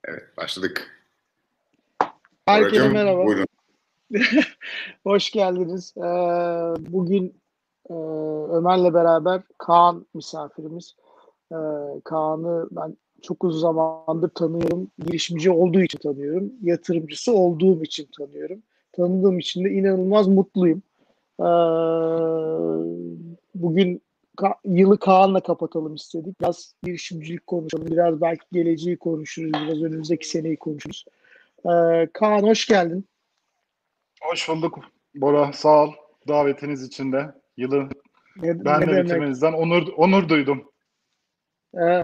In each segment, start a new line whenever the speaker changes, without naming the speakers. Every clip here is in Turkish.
Evet, başladık.
Herkese
Oracığım,
merhaba.
buyurun.
Hoş geldiniz. Bugün Ömer'le beraber Kaan misafirimiz. Kaan'ı ben çok uzun zamandır tanıyorum. Girişimci olduğu için tanıyorum. Yatırımcısı olduğum için tanıyorum. Tanıdığım için de inanılmaz mutluyum. Ee, Bugün yılı Kaan'la kapatalım istedik. Biraz girişimcilik konuşalım. Biraz belki geleceği konuşuruz. Biraz önümüzdeki seneyi konuşuruz. Kaan hoş geldin.
Hoş bulduk Bora. Sağ ol davetiniz için de. Yılı
Ne
benle
demek?
bitirmenizden onur duydum.
Ee,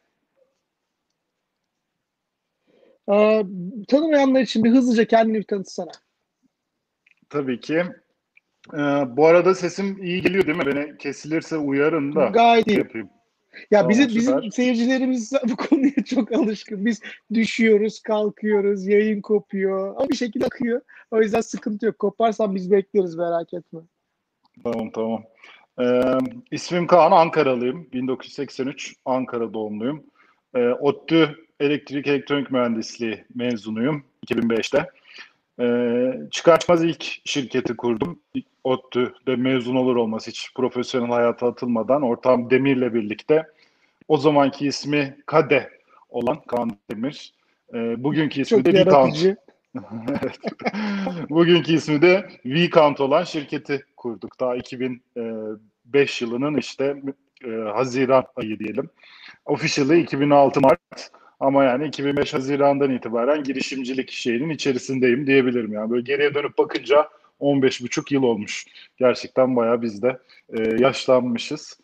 Tanımayanlar için bir hızlıca kendini bir tanıtsana.
Tabii ki. Bu arada sesim iyi geliyor değil mi? Beni kesilirse uyarın da
Gayet iyi.
yapayım.
Ya
Tamam,
bizim
süper.
seyircilerimiz bu konuya çok alışkın. Biz düşüyoruz, kalkıyoruz, yayın kopuyor. Ama bir şekilde akıyor. O yüzden sıkıntı yok. Koparsan biz bekleriz, merak etme.
Tamam. İsmim Kaan, Ankaralıyım. 1983 Ankara doğumluyum. ODTÜ Elektrik Elektronik Mühendisliği mezunuyum 2005'te. Çıkar çıkmaz ilk şirketi kurdum. ODTÜ'de mezun olur olmaz hiç profesyonel hayata atılmadan ortağım Demir'le birlikte o zamanki ismi KADE olan Kaan Demir. Bugünkü ismi
Çok
de Vcount.
yaratıcı.
Evet. Bugünkü ismi de Vcount olan şirketi kurduk. Daha 2005 yılının işte Haziran ayı diyelim. Officially 2006 Mart ama yani 2005 Haziran'dan itibaren girişimcilik şeyinin içerisindeyim diyebilirim. Yani böyle geriye dönüp bakınca 15,5 yıl olmuş. Gerçekten bayağı biz de yaşlanmışız.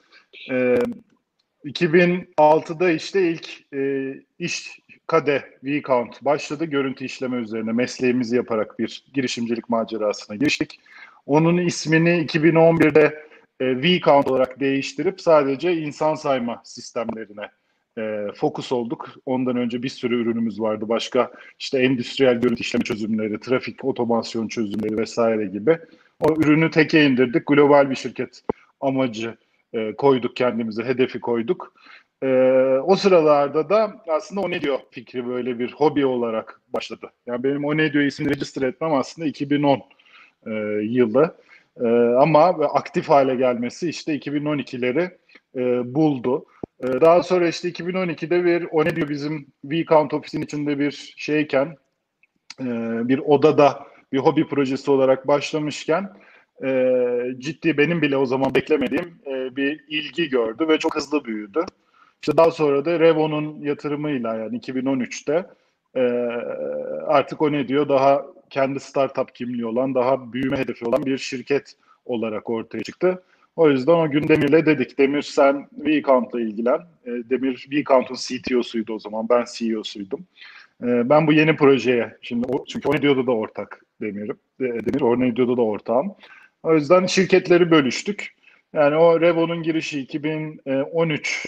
2006'da işte ilk iş KADE Vcount başladı. Görüntü işleme üzerine mesleğimizi yaparak bir girişimcilik macerasına giriştik. Onun ismini 2011'de Vcount olarak değiştirip sadece insan sayma sistemlerine fokus olduk. Ondan önce bir sürü ürünümüz vardı. Başka işte endüstriyel görüntü işleme çözümleri, trafik otomasyon çözümleri vesaire gibi. O ürünü teke indirdik. Global bir şirket amacı koyduk kendimize, hedefi koyduk. O sıralarda da aslında O Ne Diyor fikri böyle bir hobi olarak başladı. Yani benim O Ne Diyor ismini register etmem aslında 2010 yılı. Ama aktif hale gelmesi işte 2012'leri buldu. Daha sonra işte 2012'de bir O Ne Diyor bizim Vcount ofisin içinde bir şeyken bir odada bir hobi projesi olarak başlamışken ciddi benim bile o zaman beklemediğim bir ilgi gördü ve çok hızlı büyüdü. İşte daha sonra da Revo'nun yatırımıyla yani 2013'te e, artık O Ne Diyor daha kendi startup kimliği olan, daha büyüme hedefi olan bir şirket olarak ortaya çıktı. O yüzden o gün Demir'le dedik, Demir sen Vcount'la ilgilen. Demir Vcount'un CTO'suydu o zaman, ben CEO'suydum. Ben bu yeni projeye, şimdi çünkü O Ne Diyor'da da ortak Demir, O Ne Diyor'da da ortağım. O yüzden şirketleri bölüştük. Yani o Revo'nun girişi 2013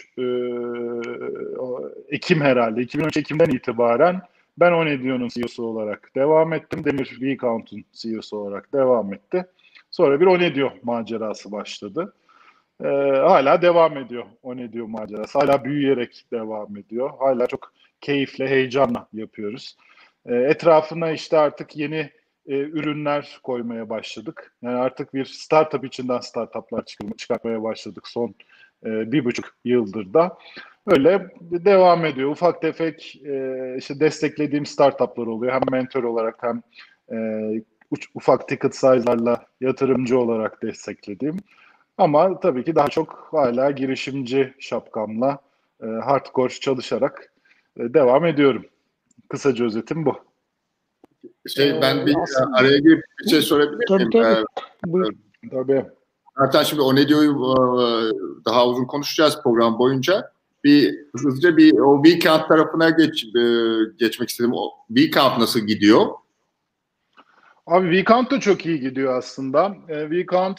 Ekim herhalde. 2013 Ekim'den itibaren ben O Ne Diyor'un CEO'su olarak devam ettim. Demir Vcount'un CEO'su olarak devam etti. Sonra bir O Ne Diyor macerası başladı. Hala devam ediyor O Ne Diyor macerası. Hala büyüyerek devam ediyor. Hala çok keyifle, heyecanla yapıyoruz. Etrafına işte artık yeni ürünler koymaya başladık. Yani artık bir startup içinden startuplar çıkartmaya başladık son 1,5 yıldır da. Öyle devam ediyor. Ufak tefek işte desteklediğim startuplar oluyor. Hem mentor olarak hem ufak ticket size'larla yatırımcı olarak desteklediğim. Ama tabii ki daha çok hala girişimci şapkamla hardcore çalışarak devam ediyorum. Kısaca özetim bu.
Ben bir
Aslında
araya girip bir şey sorabilir miyim?
tabii. Buyur.
Tabii.
Zaten şimdi O Ne Diyor'u daha uzun konuşacağız program boyunca. Hızlıca o Vcount tarafına geçmek istedim. O Vcount nasıl gidiyor?
Abi Vcount da çok iyi gidiyor aslında. Vcount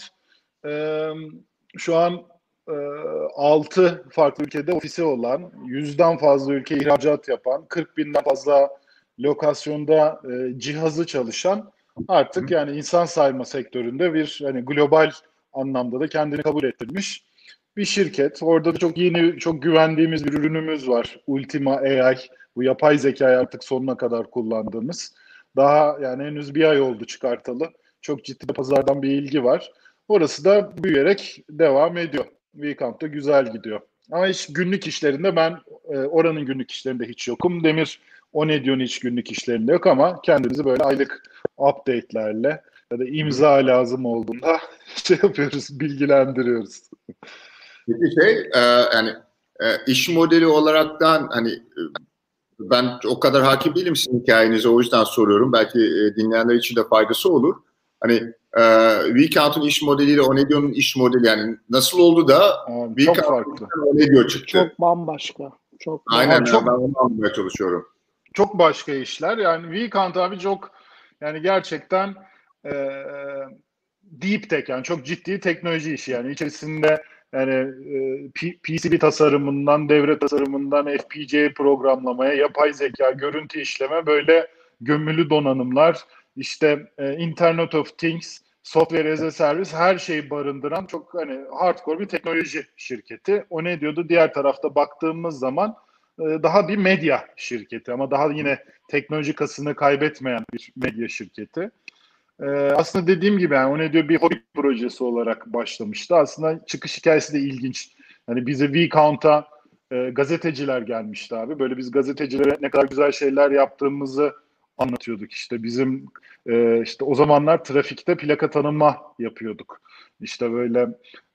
şu an 6 farklı ülkede ofisi olan, 100'den fazla ülke ihracat yapan, 40 binden fazla lokasyonda cihazı çalışan artık yani insan sayma sektöründe bir hani global anlamda da kendini kabul ettirmiş bir şirket. Orada da çok yeni, çok güvendiğimiz bir ürünümüz var. Ultima AI Bu yapay zekayı artık sonuna kadar kullandığımız. Daha yani henüz bir ay oldu çıkartalı. Çok ciddi de pazardan bir ilgi var. Orası da büyüyerek devam ediyor. Weekend'da güzel gidiyor. Ama günlük işlerinde ben oranın günlük işlerinde hiç yokum. Demir Onedio'nun hiç günlük işlerinde yok ama kendimizi böyle aylık update'lerle ya da imza lazım olduğunda şey yapıyoruz, bilgilendiriyoruz.
Peki yani iş modeli olaraktan hani ben o kadar hakim değilim sizin hikayenize, o yüzden soruyorum. Belki dinleyenler için de faydası olur. Hani WeCount'un iş modeliyle Onedio'nun iş modeli yani nasıl oldu da
çok farklı.
Onedio çıktı?
Çok bambaşka. Çok
Aynen
çok,
ben onu anlamaya çalışıyorum.
Çok başka işler. Yani WeCount abi çok yani gerçekten deep tech yani çok ciddi teknoloji işi yani içerisinde yani PCB tasarımından, devre tasarımından FPGA programlamaya, yapay zeka, görüntü işleme böyle gömülü donanımlar, işte Internet of Things, Software as a Service her şeyi barındıran çok hani hardcore bir teknoloji şirketi. O ne diyordu? Diğer tarafta baktığımız zaman daha bir medya şirketi ama daha yine teknoloji kasını kaybetmeyen bir medya şirketi. Aslında dediğim gibi yani o ne diyor bir hobi projesi olarak başlamıştı. Aslında çıkış hikayesi de ilginç. Yani bize WeCount'a gazeteciler gelmişti abi. Böyle biz gazetecilere ne kadar güzel şeyler yaptığımızı anlatıyorduk. İşte bizim işte o zamanlar trafikte plaka tanıma yapıyorduk. İşte böyle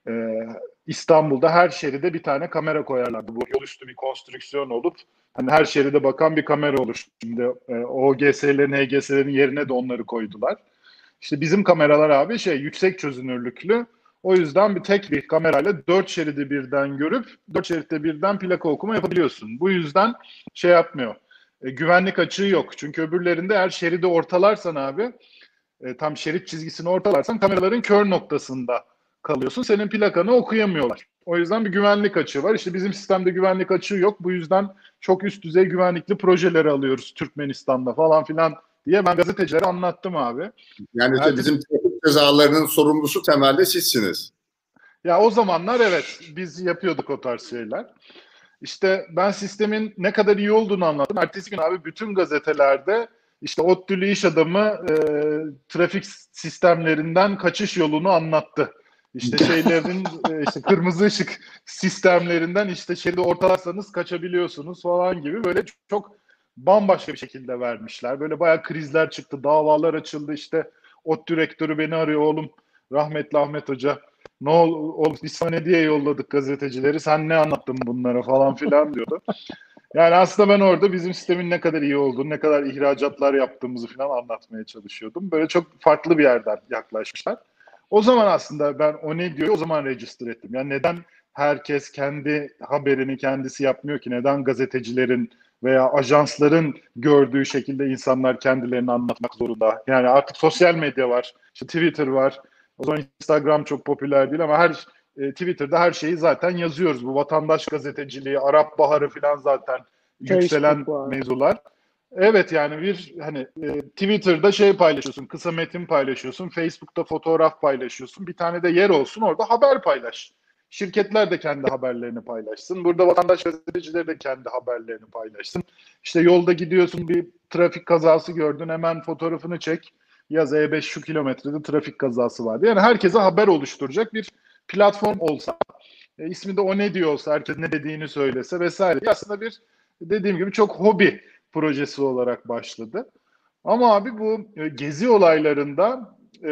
İstanbul'da her şeride bir tane kamera koyarlardı. Bu yol üstü bir konstrüksiyon olup hani her şeride bakan bir kamera olur. Şimdi OGS'lerin, HGS'lerin yerine de onları koydular. İşte bizim kameralar abi yüksek çözünürlüklü. O yüzden tek bir kamerayla 4 şeridi birden görüp 4 şeritte birden plaka okuma yapabiliyorsun. Bu yüzden yapmıyor. Güvenlik açığı yok. Çünkü öbürlerinde eğer şeridi ortalarsan abi tam şerit çizgisini ortalarsan kameraların kör noktasında kalıyorsun. Senin plakanı okuyamıyorlar. O yüzden bir güvenlik açığı var. İşte bizim sistemde güvenlik açığı yok. Bu yüzden çok üst düzey güvenlikli projeleri alıyoruz Türkmenistan'da falan filan diye ben gazetecilere anlattım abi.
Yani işte bizim trafik cezalarının sorumlusu temelde sizsiniz.
Ya o zamanlar evet biz yapıyorduk o tarz şeyler. İşte ben sistemin ne kadar iyi olduğunu anlattım. Ertesi gün abi bütün gazetelerde işte ODTÜ'lü iş adamı trafik sistemlerinden kaçış yolunu anlattı. İşte işte kırmızı ışık sistemlerinden işte şeridi ortalarsanız kaçabiliyorsunuz falan gibi böyle çok bambaşka bir şekilde vermişler. Böyle bayağı krizler çıktı, davalar açıldı işte. ODTÜ rektörü beni arıyor oğlum rahmetli Ahmet Hoca. Ne oldu biz sana ne diye yolladık gazetecileri sen ne anlattın bunlara falan filan diyordu. Yani aslında ben orada bizim sistemin ne kadar iyi olduğunu, ne kadar ihracatlar yaptığımızı falan anlatmaya çalışıyordum. Böyle çok farklı bir yerden yaklaşmışlar. O zaman aslında ben o ne diyor o zaman register ettim. Yani neden herkes kendi haberini kendisi yapmıyor ki? Neden gazetecilerin veya ajansların gördüğü şekilde insanlar kendilerini anlatmak zorunda? Yani artık sosyal medya var, işte Twitter var. O zaman Instagram çok popüler değil ama Twitter'da her şeyi zaten yazıyoruz. Bu vatandaş gazeteciliği, Arap Baharı falan zaten yükselen mevzular. Evet yani bir hani Twitter'da paylaşıyorsun, kısa metin paylaşıyorsun, Facebook'ta fotoğraf paylaşıyorsun. Bir tane de yer olsun orada haber paylaş. Şirketler de kendi haberlerini paylaşsın. Burada vatandaş gazetecileri de kendi haberlerini paylaşsın. İşte yolda gidiyorsun bir trafik kazası gördün hemen fotoğrafını çek. Yaz E5 şu kilometrede trafik kazası vardı. Yani herkese haber oluşturacak bir platform olsa, ismi de o ne diyor olsa, herkes ne dediğini söylese vesaire. Aslında bir dediğim gibi çok hobi projesi olarak başladı. Ama abi bu gezi olaylarında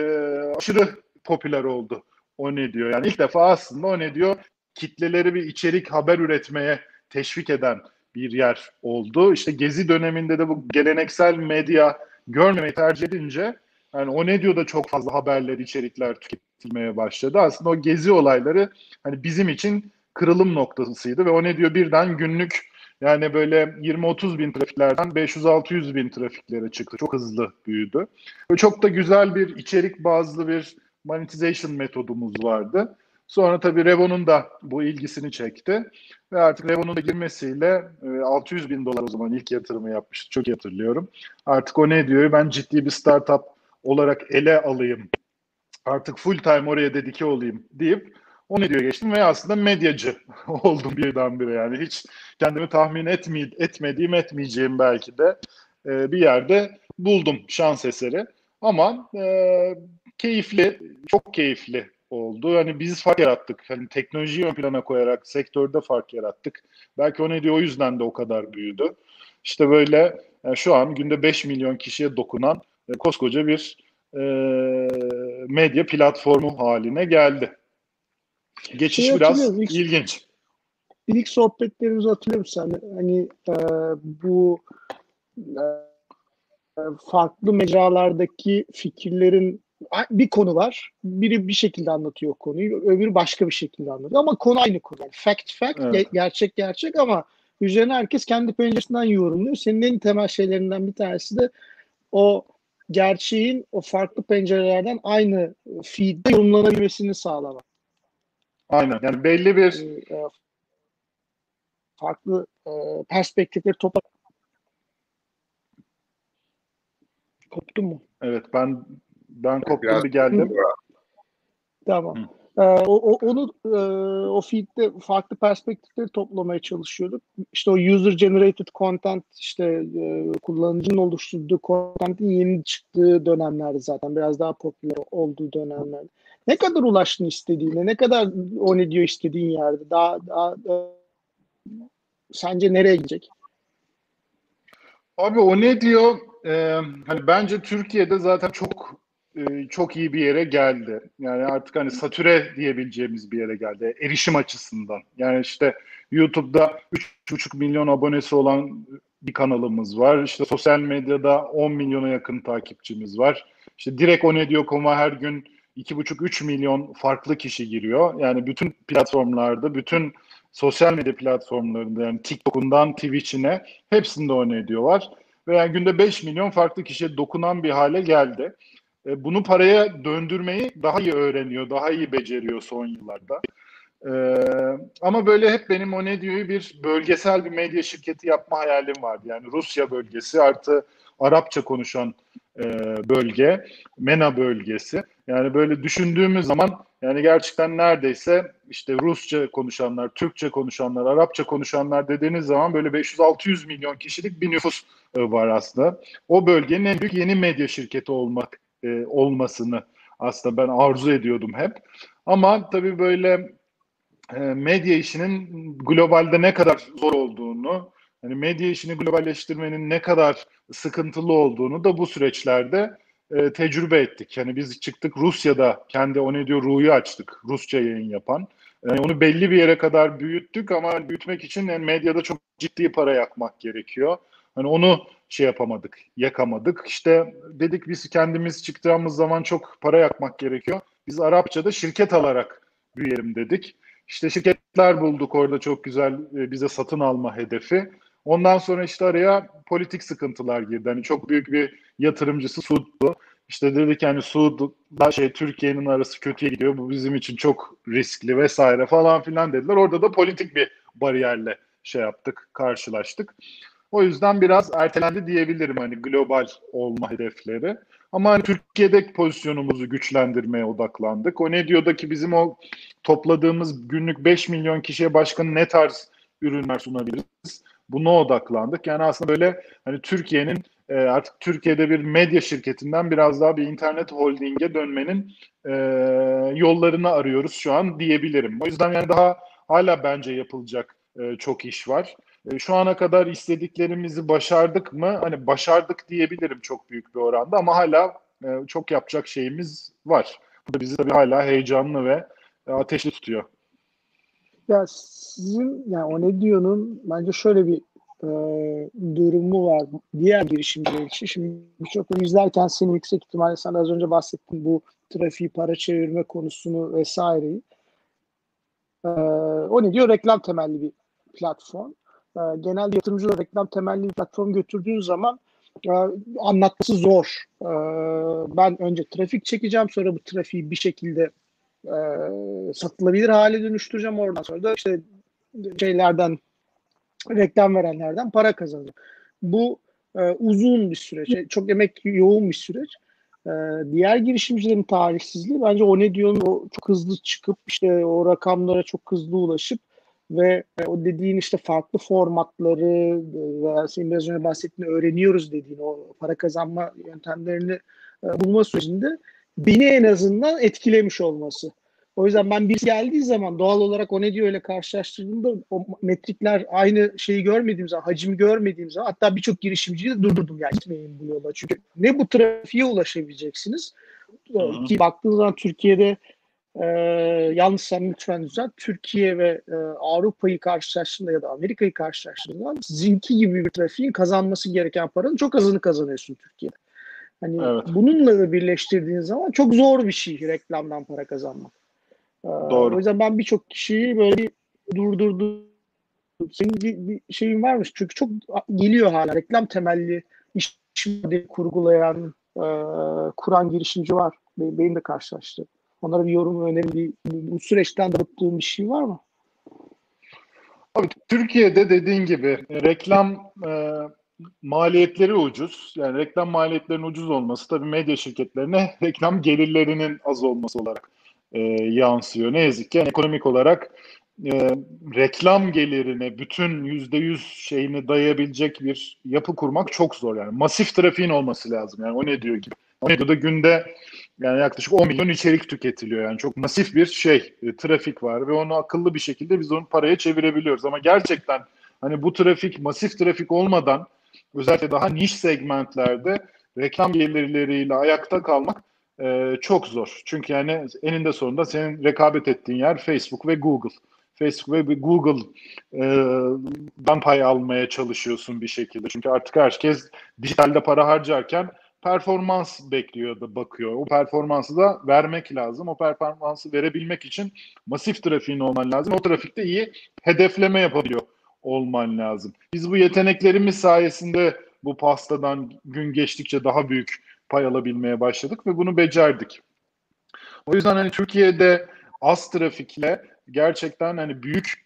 aşırı popüler oldu. O ne diyor? Yani ilk defa aslında o ne diyor? Kitleleri bir içerik haber üretmeye teşvik eden bir yer oldu. İşte gezi döneminde de bu geleneksel medya görmemeyi tercih edince yani o ne diyor da çok fazla haberler, içerikler tüketilmeye başladı. Aslında o gezi olayları hani bizim için kırılım noktasıydı ve o ne diyor birden günlük yani böyle 20-30 bin trafiklerden 500-600 bin trafiklere çıktı. Çok hızlı büyüdü. Ve çok da güzel bir içerik bazlı bir monetization metodumuz vardı. Sonra tabii Revo'nun da bu ilgisini çekti. Ve artık Revo'nun da girmesiyle 600 bin dolar o zaman ilk yatırımı yapmıştı. Çok iyi hatırlıyorum. Artık o ne diyor? Ben ciddi bir startup olarak ele alayım. Artık full time oraya dedike olayım deyip O ne diyor geçtim ve aslında medyacı oldum birdenbire, yani hiç kendimi tahmin etmeyeceğim belki de bir yerde buldum şans eseri. Ama keyifli, çok keyifli oldu. Hani biz fark yarattık. Hani teknolojiyi ön plana koyarak sektörde fark yarattık. Belki o ne diyor, o yüzden de o kadar büyüdü. İşte böyle şu an günde 5 milyon kişiye dokunan koskoca bir e, medya platformu haline geldi. Geçiş biraz
Hatırlıyorum.
ilginç.
İlk sohbetlerimizi hatırlıyorum sen. Hani bu e, farklı mecralardaki fikirlerin bir konu var. Biri bir şekilde anlatıyor konuyu, öbürü başka bir şekilde anlatıyor. Ama konu aynı konu. Yani fact,
Evet.
gerçek ama üzerine herkes kendi penceresinden yorumluyor. Senin en temel şeylerinden bir tanesi de o gerçeğin o farklı pencerelerden aynı feed'de yorumlanabilmesini sağlamak.
Aynen. Yani belli bir
Farklı perspektifleri toplamak. Koptu mu?
evet, ben koptum,
Biraz
bir geldim.
Tamam.
Hı.
O feed'de farklı perspektifleri toplamaya çalışıyorduk. İşte o user generated content, işte kullanıcının oluşturduğu content'in yeni çıktığı dönemlerde, zaten biraz daha popüler olduğu dönemlerde. Ne kadar ulaştın istediğine, ne kadar o ne diyor istediğin yerde, daha sence nereye gidecek?
Abi o ne diyor? Hani bence Türkiye'de zaten çok iyi bir yere geldi. Yani artık hani satüre diyebileceğimiz bir yere geldi. Erişim açısından. Yani işte YouTube'da 3,5 milyon abonesi olan bir kanalımız var. İşte sosyal medyada 10 milyona yakın takipçimiz var. İşte direkt Onediyor.com'a her gün 2,5-3 milyon farklı kişi giriyor. Yani bütün platformlarda, bütün sosyal medya platformlarında, yani TikTok'undan Twitch'ine hepsinde Onediyor var. Ve yani günde 5 milyon farklı kişiye dokunan bir hale geldi. Bunu paraya döndürmeyi daha iyi öğreniyor, daha iyi beceriyor son yıllarda. Ama böyle hep benim Onedio'yu bir bölgesel bir medya şirketi yapma hayalim vardı. Yani Rusya bölgesi artı Arapça konuşan bölge, MENA bölgesi. Yani böyle düşündüğümüz zaman yani gerçekten neredeyse işte Rusça konuşanlar, Türkçe konuşanlar, Arapça konuşanlar dediğiniz zaman böyle 500-600 milyon kişilik bir nüfus var aslında. O bölgenin en büyük yeni medya şirketi olmasını aslında ben arzu ediyordum hep. Ama tabii böyle medya işinin globalde ne kadar zor olduğunu, hani medya işini globalleştirmenin ne kadar sıkıntılı olduğunu da bu süreçlerde tecrübe ettik. Yani biz çıktık Rusya'da kendi o ne diyor Ru'yu açtık. Rusça yayın yapan. Onu belli bir yere kadar büyüttük ama büyütmek için yani medyada çok ciddi para yakmak gerekiyor. Hani onu şey yapamadık, yakamadık. İşte dedik biz kendimiz çıktığımız zaman çok para yakmak gerekiyor. Biz Arapçada şirket alarak büyüyelim dedik. İşte şirketler bulduk orada çok güzel bize satın alma hedefi. Ondan sonra işte araya politik sıkıntılar girdi. Hani çok büyük bir yatırımcısı Suud'du. İşte dedi ki hani Suud'la Türkiye'nin arası kötüye gidiyor. Bu bizim için çok riskli vesaire falan filan dediler. Orada da politik bir bariyerle şey yaptık, karşılaştık. O yüzden biraz ertelendi diyebilirim hani global olma hedefleri. Ama hani Türkiye'deki pozisyonumuzu güçlendirmeye odaklandık. O ne diyordu ki bizim o topladığımız günlük 5 milyon kişiye başka ne tarz ürünler sunabiliriz? Buna odaklandık. Yani aslında böyle hani Türkiye'nin artık Türkiye'de bir medya şirketinden biraz daha bir internet holdinge dönmenin yollarını arıyoruz şu an diyebilirim. O yüzden yani daha hala bence yapılacak çok iş var. Şu ana kadar istediklerimizi başardık mı? Hani başardık diyebilirim çok büyük bir oranda ama hala çok yapacak şeyimiz var. Bu da bizi tabii hala heyecanlı ve ateşli tutuyor.
Ya sizin, yani Onedio'nun bence şöyle bir e, durumu var diğer girişimciler için. Şimdi birçok izlerken seni yüksek ihtimalle sen az önce bahsettin bu trafiği para çevirme konusunu vesaireyi. Onedio reklam temelli bir platform. Genelde yatırımcılar reklam temelli bir platform götürdüğün zaman anlatması zor. Ben önce trafik çekeceğim, sonra bu trafiği bir şekilde satılabilir hale dönüştüreceğim. Oradan sonra da işte şeylerden, reklam verenlerden para kazanacağım. Bu uzun bir süreç. Çok emek yoğun bir süreç. Diğer girişimcilerin tarihsizliği bence o ne diyorsun, o çok hızlı çıkıp işte o rakamlara çok hızlı ulaşıp ve o dediğin işte farklı formatları veya senin biraz önce bahsettiğin öğreniyoruz dediğin o para kazanma yöntemlerini bulma sürecinde beni en azından etkilemiş olması. O yüzden ben birisi geldiği zaman doğal olarak o ne diyor ile karşılaştırdığımda o metrikler aynı şeyi görmediğim zaman, hacmi görmediğim zaman hatta birçok girişimciyi de durdurdum yani gitmeyin bu yola. Çünkü ne bu trafiğe ulaşabileceksiniz ki baktığınız zaman Türkiye'de yanlışsam lütfen düzelt. Türkiye ve Avrupa'yı karşılaştığında ya da Amerika'yı karşılaştığında sizinki gibi bir trafiğin kazanması gereken paranın çok azını kazanıyorsun Türkiye'de. Hani
Evet.
bununla da birleştirdiğin zaman çok zor bir şey reklamdan para kazanmak.
Doğru.
O yüzden ben birçok kişiyi böyle bir durdurdum. Senin bir şeyin varmış. Çünkü çok geliyor hala. Reklam temelli iş kurgulayan, kuran girişimci var. Benim de karşılaştığım. Onlara bir yorum, öneri, bu süreçten tanıttığın bir şey var mı?
Abi, Türkiye'de dediğin gibi reklam maliyetleri ucuz. Yani reklam maliyetlerinin ucuz olması tabii medya şirketlerine reklam gelirlerinin az olması olarak yansıyor. Ne yazık ki yani ekonomik olarak reklam gelirine bütün %100 şeyini dayayabilecek bir yapı kurmak çok zor. Yani masif trafiğin olması lazım. Yani o ne diyor gibi. O ne diyor da günde yani yaklaşık 10 milyon içerik tüketiliyor. Yani çok masif bir trafik var ve onu akıllı bir şekilde biz onu paraya çevirebiliyoruz. Ama gerçekten hani bu trafik, masif trafik olmadan özellikle daha niş segmentlerde reklam gelirleriyle ayakta kalmak çok zor. Çünkü yani eninde sonunda senin rekabet ettiğin yer Facebook ve Google. Facebook ve Google'dan pay almaya çalışıyorsun bir şekilde. Çünkü artık herkes dijitalde para harcarken performans bekliyor da bakıyor. O performansı da vermek lazım. O performansı verebilmek için masif trafiğin olman lazım. O trafikte iyi hedefleme yapabiliyor olman lazım. Biz bu yeteneklerimiz sayesinde bu pastadan gün geçtikçe daha büyük pay alabilmeye başladık ve bunu becerdik. O yüzden hani Türkiye'de az trafikle gerçekten hani büyük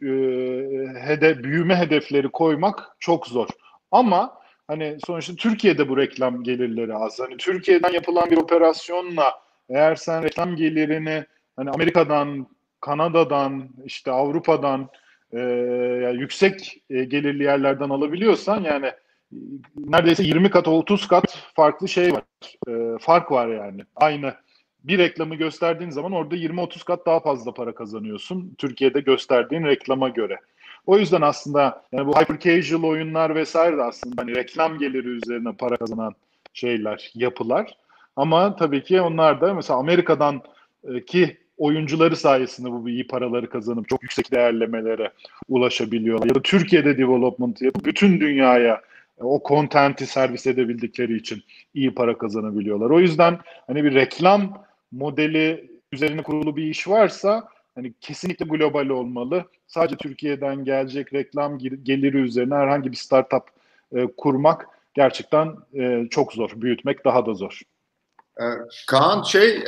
büyüme hedefleri koymak çok zor. Ama hani sonuçta Türkiye'de bu reklam gelirleri az. Hani Türkiye'den yapılan bir operasyonla eğer sen reklam gelirini hani Amerika'dan, Kanada'dan, işte Avrupa'dan yani yüksek gelirli yerlerden alabiliyorsan yani neredeyse 20 kat, 30 kat farklı şey var. Fark var yani. Aynı bir reklamı gösterdiğin zaman orada 20-30 kat daha fazla para kazanıyorsun Türkiye'de gösterdiğin reklama göre. O yüzden aslında yani bu hyper casual oyunlar vesaire de aslında hani reklam geliri üzerine para kazanan şeyler, yapılar. Ama tabii ki onlar da mesela Amerika'dan ki oyuncuları sayesinde bu iyi paraları kazanıp çok yüksek değerlemelere ulaşabiliyorlar. Ya da Türkiye'de development yapıp bütün dünyaya o content'i servis edebildikleri için iyi para kazanabiliyorlar. O yüzden hani bir reklam modeli üzerine kurulu bir iş varsa hani kesinlikle global olmalı. Sadece Türkiye'den gelecek reklam geliri üzerine herhangi bir startup kurmak gerçekten çok zor. Büyütmek daha da zor.
Kaan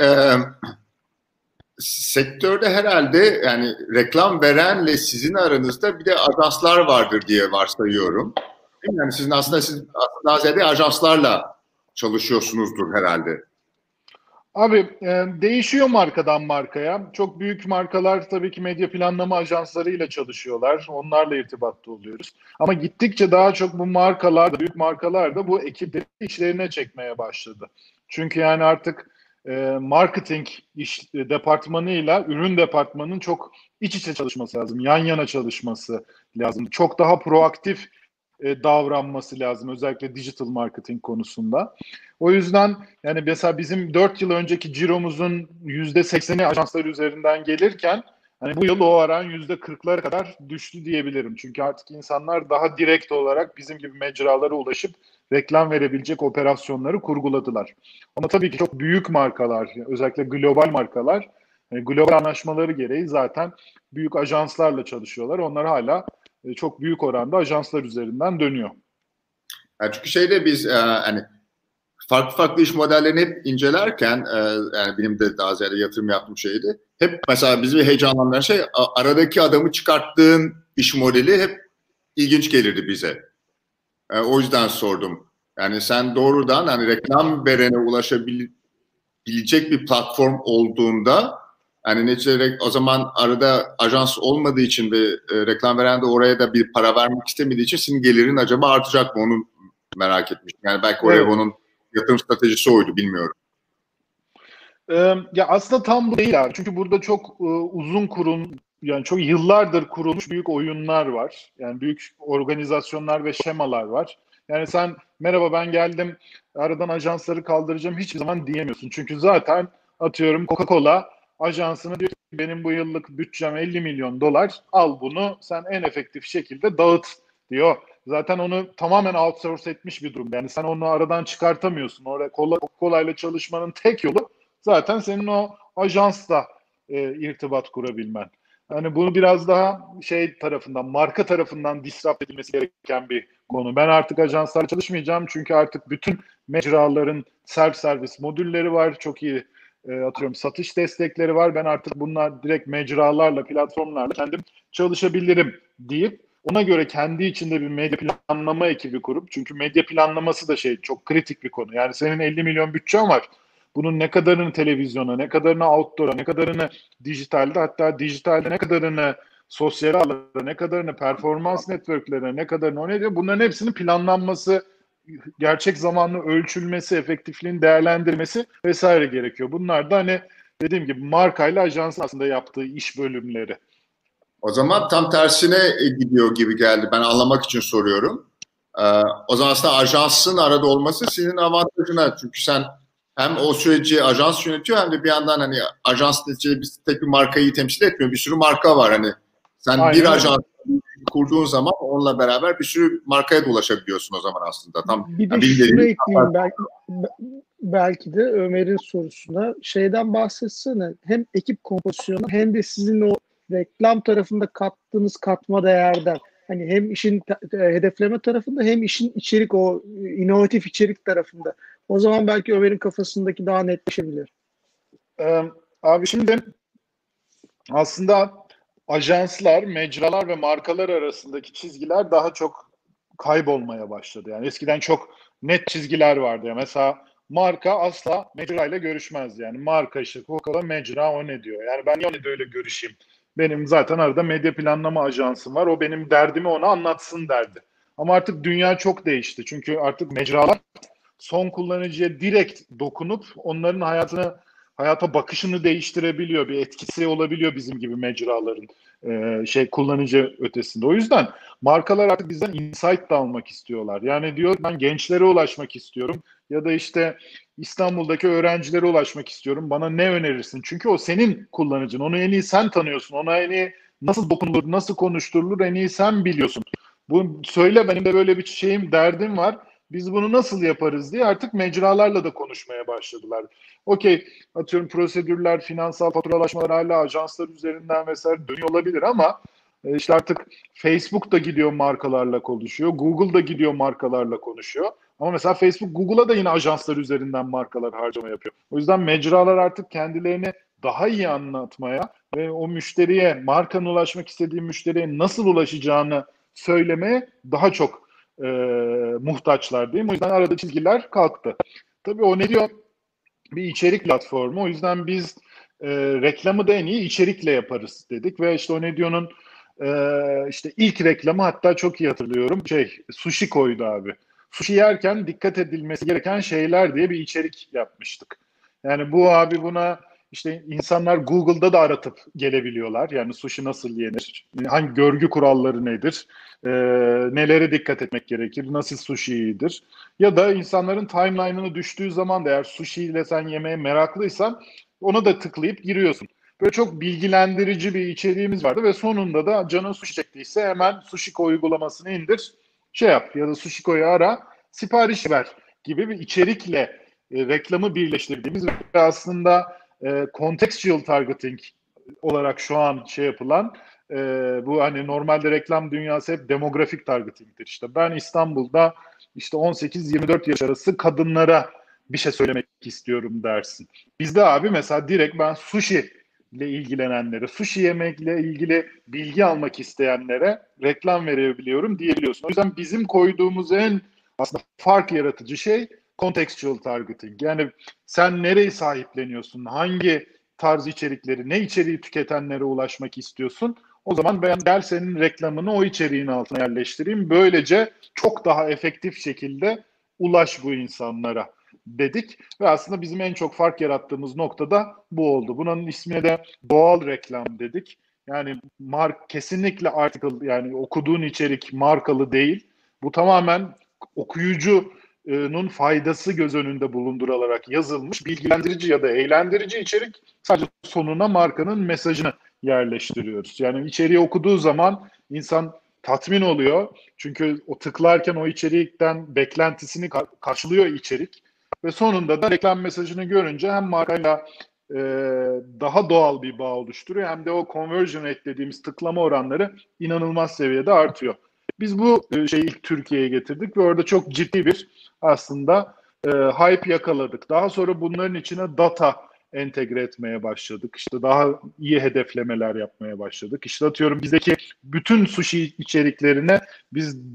sektörde herhalde yani reklam verenle sizin aranızda bir de ajanslar vardır diye varsayıyorum. Yani siz aslında ziyade ajanslarla çalışıyorsunuzdur herhalde.
Abi değişiyor markadan markaya. Çok büyük markalar tabii ki medya planlama ajanslarıyla çalışıyorlar. Onlarla irtibatta oluyoruz. Ama gittikçe daha çok bu markalar da, büyük markalar da bu ekipleri içlerine çekmeye başladı. Çünkü yani artık marketing departmanıyla ürün departmanının çok iç içe çalışması lazım. Yan yana çalışması lazım. Çok daha proaktif davranması lazım. Özellikle digital marketing konusunda. O yüzden yani mesela bizim 4 yıl önceki ciromuzun %80'i ajanslar üzerinden gelirken hani bu yıl o oran %40'lara kadar düştü diyebilirim. Çünkü artık insanlar daha direkt olarak bizim gibi mecralara ulaşıp reklam verebilecek operasyonları kurguladılar. Ama tabii ki çok büyük markalar, özellikle global markalar, yani global anlaşmaları gereği zaten büyük ajanslarla çalışıyorlar. Onlar hala çok büyük oranda ajanslar üzerinden dönüyor.
Yani çünkü biz hani farklı iş modellerini hep incelerken yani benim de daha ziyade yatırım yaptığım şeydi. Hep mesela bizi heyecanlandıran şey aradaki adamı çıkarttığın iş modeli hep ilginç gelirdi bize. O yüzden sordum. Yani sen doğrudan hani reklam verene bilecek bir platform olduğunda, yani neticede o zaman arada ajans olmadığı için ve reklam veren de oraya da bir para vermek istemediği için senin gelirin acaba artacak mı, onu merak etmiştim. Yani belki oraya onun yatırım stratejisi oydu, bilmiyorum.
Ya aslında tam bu değil abi. Çünkü burada çok yani çok yıllardır kurulmuş büyük oyunlar var. Yani büyük organizasyonlar ve şemalar var. Yani sen merhaba ben geldim aradan ajansları kaldıracağım hiçbir zaman diyemiyorsun. Çünkü zaten atıyorum Coca-Cola ajansına diyor ki benim bu yıllık bütçem 50 milyon dolar, al bunu sen en efektif şekilde dağıt diyor. Zaten onu tamamen outsource etmiş bir durum. Yani sen onu aradan çıkartamıyorsun. Orada Coca-Cola ile çalışmanın tek yolu zaten senin o ajansla irtibat kurabilmen. Yani bunu biraz daha marka tarafından disrupt edilmesi gereken bir konu. Ben artık ajanslarla çalışmayacağım çünkü artık bütün mecraların self servis modülleri var. Çok iyi atıyorum satış destekleri var. Ben artık bunlar direkt mecralarla, platformlarla kendim çalışabilirim deyip ona göre kendi içinde bir medya planlama ekibi kurup, çünkü medya planlaması da çok kritik bir konu. Yani senin 50 milyon bütçen var. Bunun ne kadarını televizyona, ne kadarını outdoor'a, ne kadarını dijitalde, hatta dijitalde ne kadarını sosyal ağlara, ne kadarını performans networklerine, ne kadarını o ne diyor? Bunların hepsinin planlanması, gerçek zamanlı ölçülmesi, efektifliğin değerlendirmesi vesaire gerekiyor. Bunlar da hani dediğim gibi markayla ajansın aslında yaptığı iş bölümleri.
O zaman tam tersine gidiyor gibi geldi. Ben anlamak için soruyorum. O zaman aslında ajansın arada olması senin avantajına. Çünkü sen hem o süreci ajans yönetiyor hem de bir yandan hani ajans neticede tek bir markayı temsil etmiyor. Bir sürü marka var hani. Sen aynen bir ajans kurduğun zaman onunla beraber bir sürü markaya da ulaşabiliyorsun o zaman aslında.
Bir de şunu ekleyeyim belki de Ömer'in sorusuna. Şeyden bahsetsene. Hem ekip kompozisyonu hem de sizin o reklam tarafında kattığınız katma değerden. Hani hem işin hedefleme tarafında hem işin içerik, o inovatif içerik tarafında. O zaman belki Ömer'in kafasındaki daha netleşebilir.
Abi şimdi aslında ajanslar, mecralar ve markalar arasındaki çizgiler daha çok kaybolmaya başladı. Yani eskiden çok net çizgiler vardı. Yani mesela marka asla mecrayla görüşmez. Yani marka işte Coca-Cola, mecra o ne diyor. Yani ben niye onunla öyle görüşeyim? Benim zaten arada medya planlama ajansım var. O benim derdimi ona anlatsın derdi. Ama artık dünya çok değişti. Çünkü artık mecralar son kullanıcıya direkt dokunup onların hayata bakışını değiştirebiliyor. Bir etkisi olabiliyor bizim gibi mecraların kullanıcı ötesinde. O yüzden markalar artık bizden insight da almak istiyorlar. Yani diyor ben gençlere ulaşmak istiyorum ya da işte İstanbul'daki öğrencilere ulaşmak istiyorum. Bana ne önerirsin? Çünkü o senin kullanıcın. Onu en iyi sen tanıyorsun. Ona en iyi nasıl dokunulur, nasıl konuşturulur en iyi sen biliyorsun. Bu söyle, benim de böyle bir derdim var. Biz bunu nasıl yaparız diye artık mecralarla da konuşmaya başladılar. Okey, atıyorum prosedürler, finansal faturalaşmalar hala ajanslar üzerinden vesaire dönüyor olabilir ama işte artık Facebook da gidiyor markalarla konuşuyor. Google da gidiyor markalarla konuşuyor. Ama mesela Facebook, Google'a da yine ajanslar üzerinden markalar harcama yapıyor. O yüzden mecralar artık kendilerini daha iyi anlatmaya ve o müşteriye, markanın ulaşmak istediği müşteriye nasıl ulaşacağını söylemeye daha çok muhtaçlar diyeyim. O yüzden arada çizgiler kalktı. Tabii o ne diyor? Bir içerik platformu. O yüzden biz reklamı da en iyi içerikle yaparız dedik ve işte o ne diyor'nun işte ilk reklamı hatta çok iyi hatırlıyorum. Sushi koydu abi. Sushi yerken dikkat edilmesi gereken şeyler diye bir içerik yapmıştık. Yani bu abi buna işte insanlar Google'da da aratıp gelebiliyorlar. Yani sushi nasıl yenir? Hangi görgü kuralları nedir? Nelere dikkat etmek gerekir? Nasıl sushi iyidir? Ya da insanların timeline'ını düştüğü zaman da eğer sushi ile sen yemeye meraklıysan ona da tıklayıp giriyorsun. Böyle çok bilgilendirici bir içeriğimiz vardı ve sonunda da canın sushi çektiyse hemen Sushiko uygulamasını indir, yap ya da Sushiko'yu ara, sipariş ver gibi bir içerikle reklamı birleştirdiğimiz ve aslında contextual targeting olarak şu an yapılan bu hani normalde reklam dünyası hep demografik targeting'tir. İşte ben İstanbul'da işte 18-24 yaş arası kadınlara bir şey söylemek istiyorum dersin. Bizde abi mesela direkt ben sushi ile ilgilenenlere, sushi yemekle ilgili bilgi almak isteyenlere reklam verebiliyorum diyebiliyorsun. O yüzden bizim koyduğumuz en aslında fark yaratıcı şey contextual targeting. Yani sen nereyi sahipleniyorsun, hangi tarz içerikleri, ne içeriği tüketenlere ulaşmak istiyorsun? O zaman ben gel senin reklamını o içeriğin altına yerleştireyim. Böylece çok daha efektif şekilde ulaş bu insanlara dedik. Ve aslında bizim en çok fark yarattığımız nokta da bu oldu. Bunun ismine de doğal reklam dedik. Yani kesinlikle article, yani okuduğun içerik markalı değil. Bu tamamen okuyucunun faydası göz önünde bulundurularak yazılmış bilgilendirici ya da eğlendirici içerik. Sadece sonuna markanın mesajını yerleştiriyoruz. Yani içeriği okuduğu zaman insan tatmin oluyor. Çünkü o tıklarken o içerikten beklentisini karşılıyor içerik. Ve sonunda da reklam mesajını görünce hem markayla daha doğal bir bağ oluşturuyor hem de o conversion rate dediğimiz tıklama oranları inanılmaz seviyede artıyor. Biz bu şeyi ilk Türkiye'ye getirdik ve orada çok ciddi bir aslında hype yakaladık. Daha sonra bunların içine data entegre etmeye başladık. İşte daha iyi hedeflemeler yapmaya başladık. İşte atıyorum bizdeki bütün sushi içeriklerine biz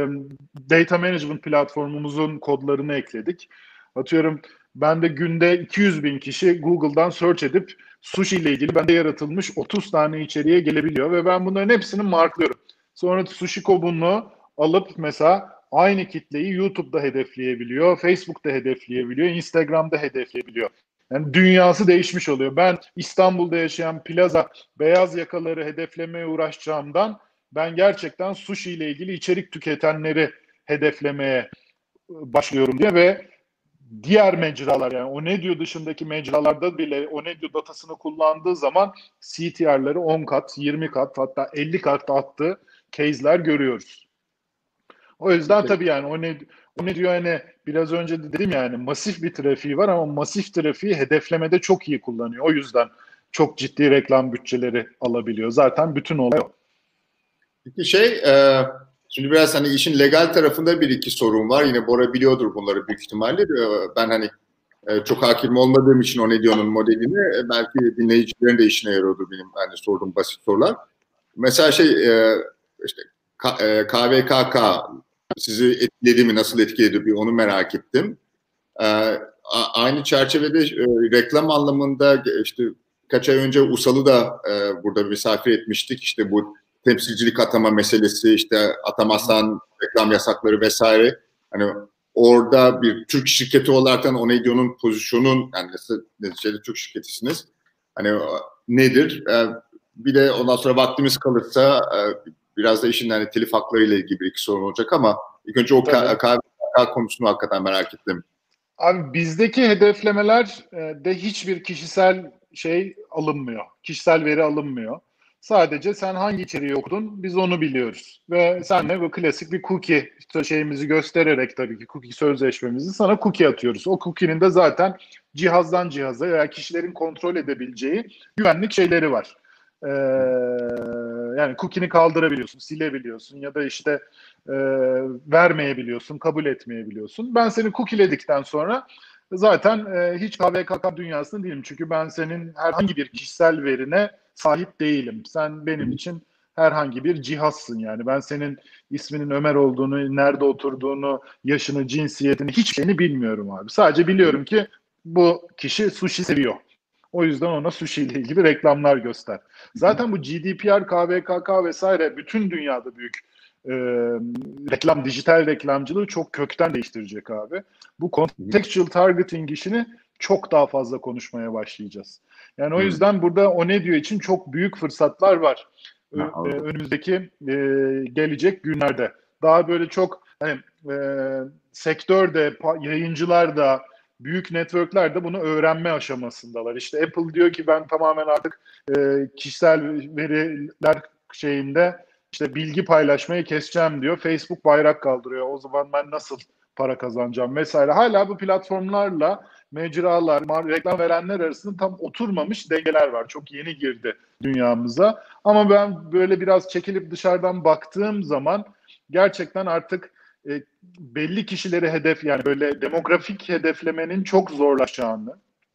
data management platformumuzun kodlarını ekledik. Atıyorum ben de günde 200 bin kişi Google'dan search edip sushi ile ilgili bende yaratılmış 30 tane içeriğe gelebiliyor ve ben bunların hepsini marklıyorum. Sonra Sushiko bunu alıp mesela aynı kitleyi YouTube'da hedefleyebiliyor, Facebook'ta hedefleyebiliyor, Instagram'da hedefleyebiliyor. Yani dünyası değişmiş oluyor. Ben İstanbul'da yaşayan plaza beyaz yakaları hedeflemeye uğraşacağımdan ben gerçekten sushi ile ilgili içerik tüketenleri hedeflemeye başlıyorum diye ve diğer mecralar, yani Onedio dışındaki mecralarda bile Onedio datasını kullandığı zaman CTR'ları 10 kat, 20 kat hatta 50 kat attığı case'ler görüyoruz. O yüzden tabii yani Onedio hani biraz önce de dedim yani masif bir trafiği var ama masif trafiği hedeflemede çok iyi kullanıyor. O yüzden çok ciddi reklam bütçeleri alabiliyor. Zaten bütün olay o.
Peki şimdi biraz hani işin legal tarafında bir iki sorun var. Yine Bora biliyordur bunları büyük ihtimalle. Ben hani çok hakim olmadığım için Onedio'nun modeline belki dinleyicilerin de işine yarıyordur benim hani sorduğum basit sorular. Mesela işte KVKK sizi etkiledi mi, nasıl etkiledi bir onu merak ettim. Aynı çerçevede reklam anlamında işte kaç ay önce Usal'ı da burada misafir etmiştik. İşte bu temsilcilik atama meselesi, işte atamazsan reklam yasakları vesaire. Hani orada bir Türk şirketi olarak Onedio'nun pozisyonun, yani neticede Türk şirketisiniz. Hani nedir? Bir de ondan sonra vaktimiz kalırsa biraz da işin hani telif hakları ile ilgili bir iki sorun olacak ama ilk önce o KVKK konusunu hakikaten merak ettim.
Abi bizdeki hedeflemeler de hiçbir kişisel şey alınmıyor. Kişisel veri alınmıyor. Sadece sen hangi içeriği okudun biz onu biliyoruz. Ve senle bu klasik bir cookie şeyimizi göstererek tabii ki cookie sözleşmemizi sana cookie atıyoruz. O cookie'nin de zaten cihazdan cihaza veya kişilerin kontrol edebileceği güvenlik şeyleri var. Yani cookie'ni kaldırabiliyorsun, silebiliyorsun ya da işte vermeyebiliyorsun, kabul etmeyebiliyorsun. Ben seni cookie'ledikten sonra zaten hiç KVKK dünyasında değilim. Çünkü ben senin herhangi bir kişisel verine sahip değilim. Sen benim için herhangi bir cihazsın yani. Ben senin isminin Ömer olduğunu, nerede oturduğunu, yaşını, cinsiyetini, hiçbir şeyini bilmiyorum abi. Sadece biliyorum ki bu kişi sushi seviyor. O yüzden ona sushi ile ilgili reklamlar göster. Zaten bu GDPR, KVKK vesaire bütün dünyada büyük dijital reklamcılığı çok kökten değiştirecek abi. Bu contextual targeting işini çok daha fazla konuşmaya başlayacağız. Yani o yüzden burada Onedio için çok büyük fırsatlar var. Önümüzdeki gelecek günlerde. Daha böyle çok hani, sektörde, yayıncılar da, büyük networkler de bunu öğrenme aşamasındalar. İşte Apple diyor ki ben tamamen artık kişisel veriler şeyinde işte bilgi paylaşmayı keseceğim diyor. Facebook bayrak kaldırıyor. O zaman ben nasıl para kazanacağım vesaire. Hala bu platformlarla mecralar, reklam verenler arasında tam oturmamış dengeler var. Çok yeni girdi dünyamıza. Ama ben böyle biraz çekilip dışarıdan baktığım zaman gerçekten artık belli kişileri yani böyle demografik hedeflemenin çok zorlaşacağını,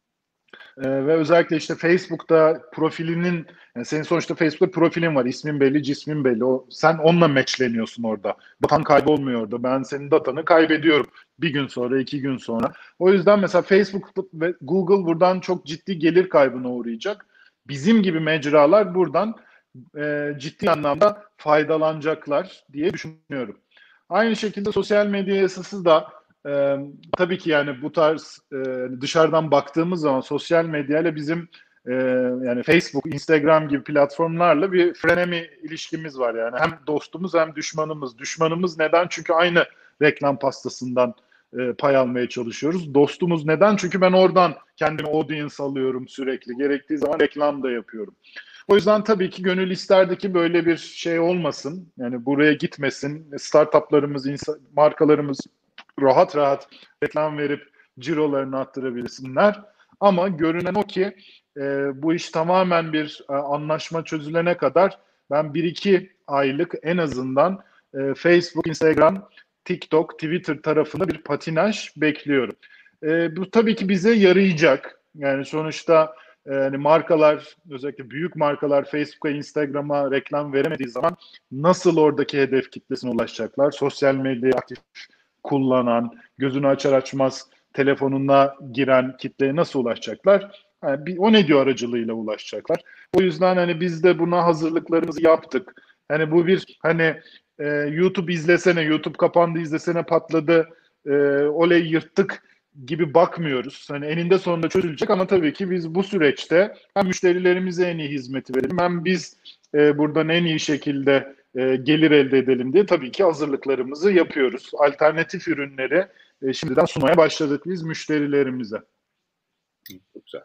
Ve özellikle işte Facebook'ta profilinin, yani senin sonuçta Facebook'ta profilin var, ismin belli, cismin belli. Sen onunla matchleniyorsun orada. Datan kaybolmuyor orada. Ben senin datanı kaybediyorum bir gün sonra, 2 gün sonra. O yüzden mesela Facebook ve Google buradan çok ciddi gelir kaybına uğrayacak. Bizim gibi mecralar buradan ciddi anlamda faydalanacaklar diye düşünüyorum. Aynı şekilde sosyal medya yasası da tabii ki yani bu tarz dışarıdan baktığımız zaman sosyal medyayla bizim yani Facebook, Instagram gibi platformlarla bir frenemi ilişkimiz var yani. Hem dostumuz hem düşmanımız. Düşmanımız neden? Çünkü aynı reklam pastasından pay almaya çalışıyoruz. Dostumuz neden? Çünkü ben oradan kendime audience alıyorum sürekli. Gerektiği zaman reklam da yapıyorum. O yüzden tabii ki gönül isterdi ki böyle bir şey olmasın. Yani buraya gitmesin. Startuplarımız, markalarımız rahat rahat reklam verip cirolarını arttırabilsinler. Ama görünen o ki bu iş tamamen bir anlaşma çözülene kadar ben 1-2 aylık en azından Facebook, Instagram, TikTok, Twitter tarafında bir patinaj bekliyorum. Bu tabii ki bize yarayacak. Yani sonuçta yani markalar, özellikle büyük markalar Facebook'a, Instagram'a reklam veremediği zaman nasıl oradaki hedef kitlesine ulaşacaklar? Sosyal medyayı aktif kullanan, gözünü açar açmaz telefonuna giren kitleye nasıl ulaşacaklar? Yani o ne diyor aracılığıyla ulaşacaklar. O yüzden hani biz de buna hazırlıklarımızı yaptık. Hani bu bir hani YouTube izlesene, YouTube kapandı izlesene patladı, oley yırttık gibi bakmıyoruz. Hani eninde sonunda çözülecek ama tabii ki biz bu süreçte hem müşterilerimize en iyi hizmeti verelim hem biz buradan en iyi şekilde gelir elde edelim diye tabii ki hazırlıklarımızı yapıyoruz. Alternatif ürünleri şimdiden sunmaya başladık biz müşterilerimize.
Çok güzel.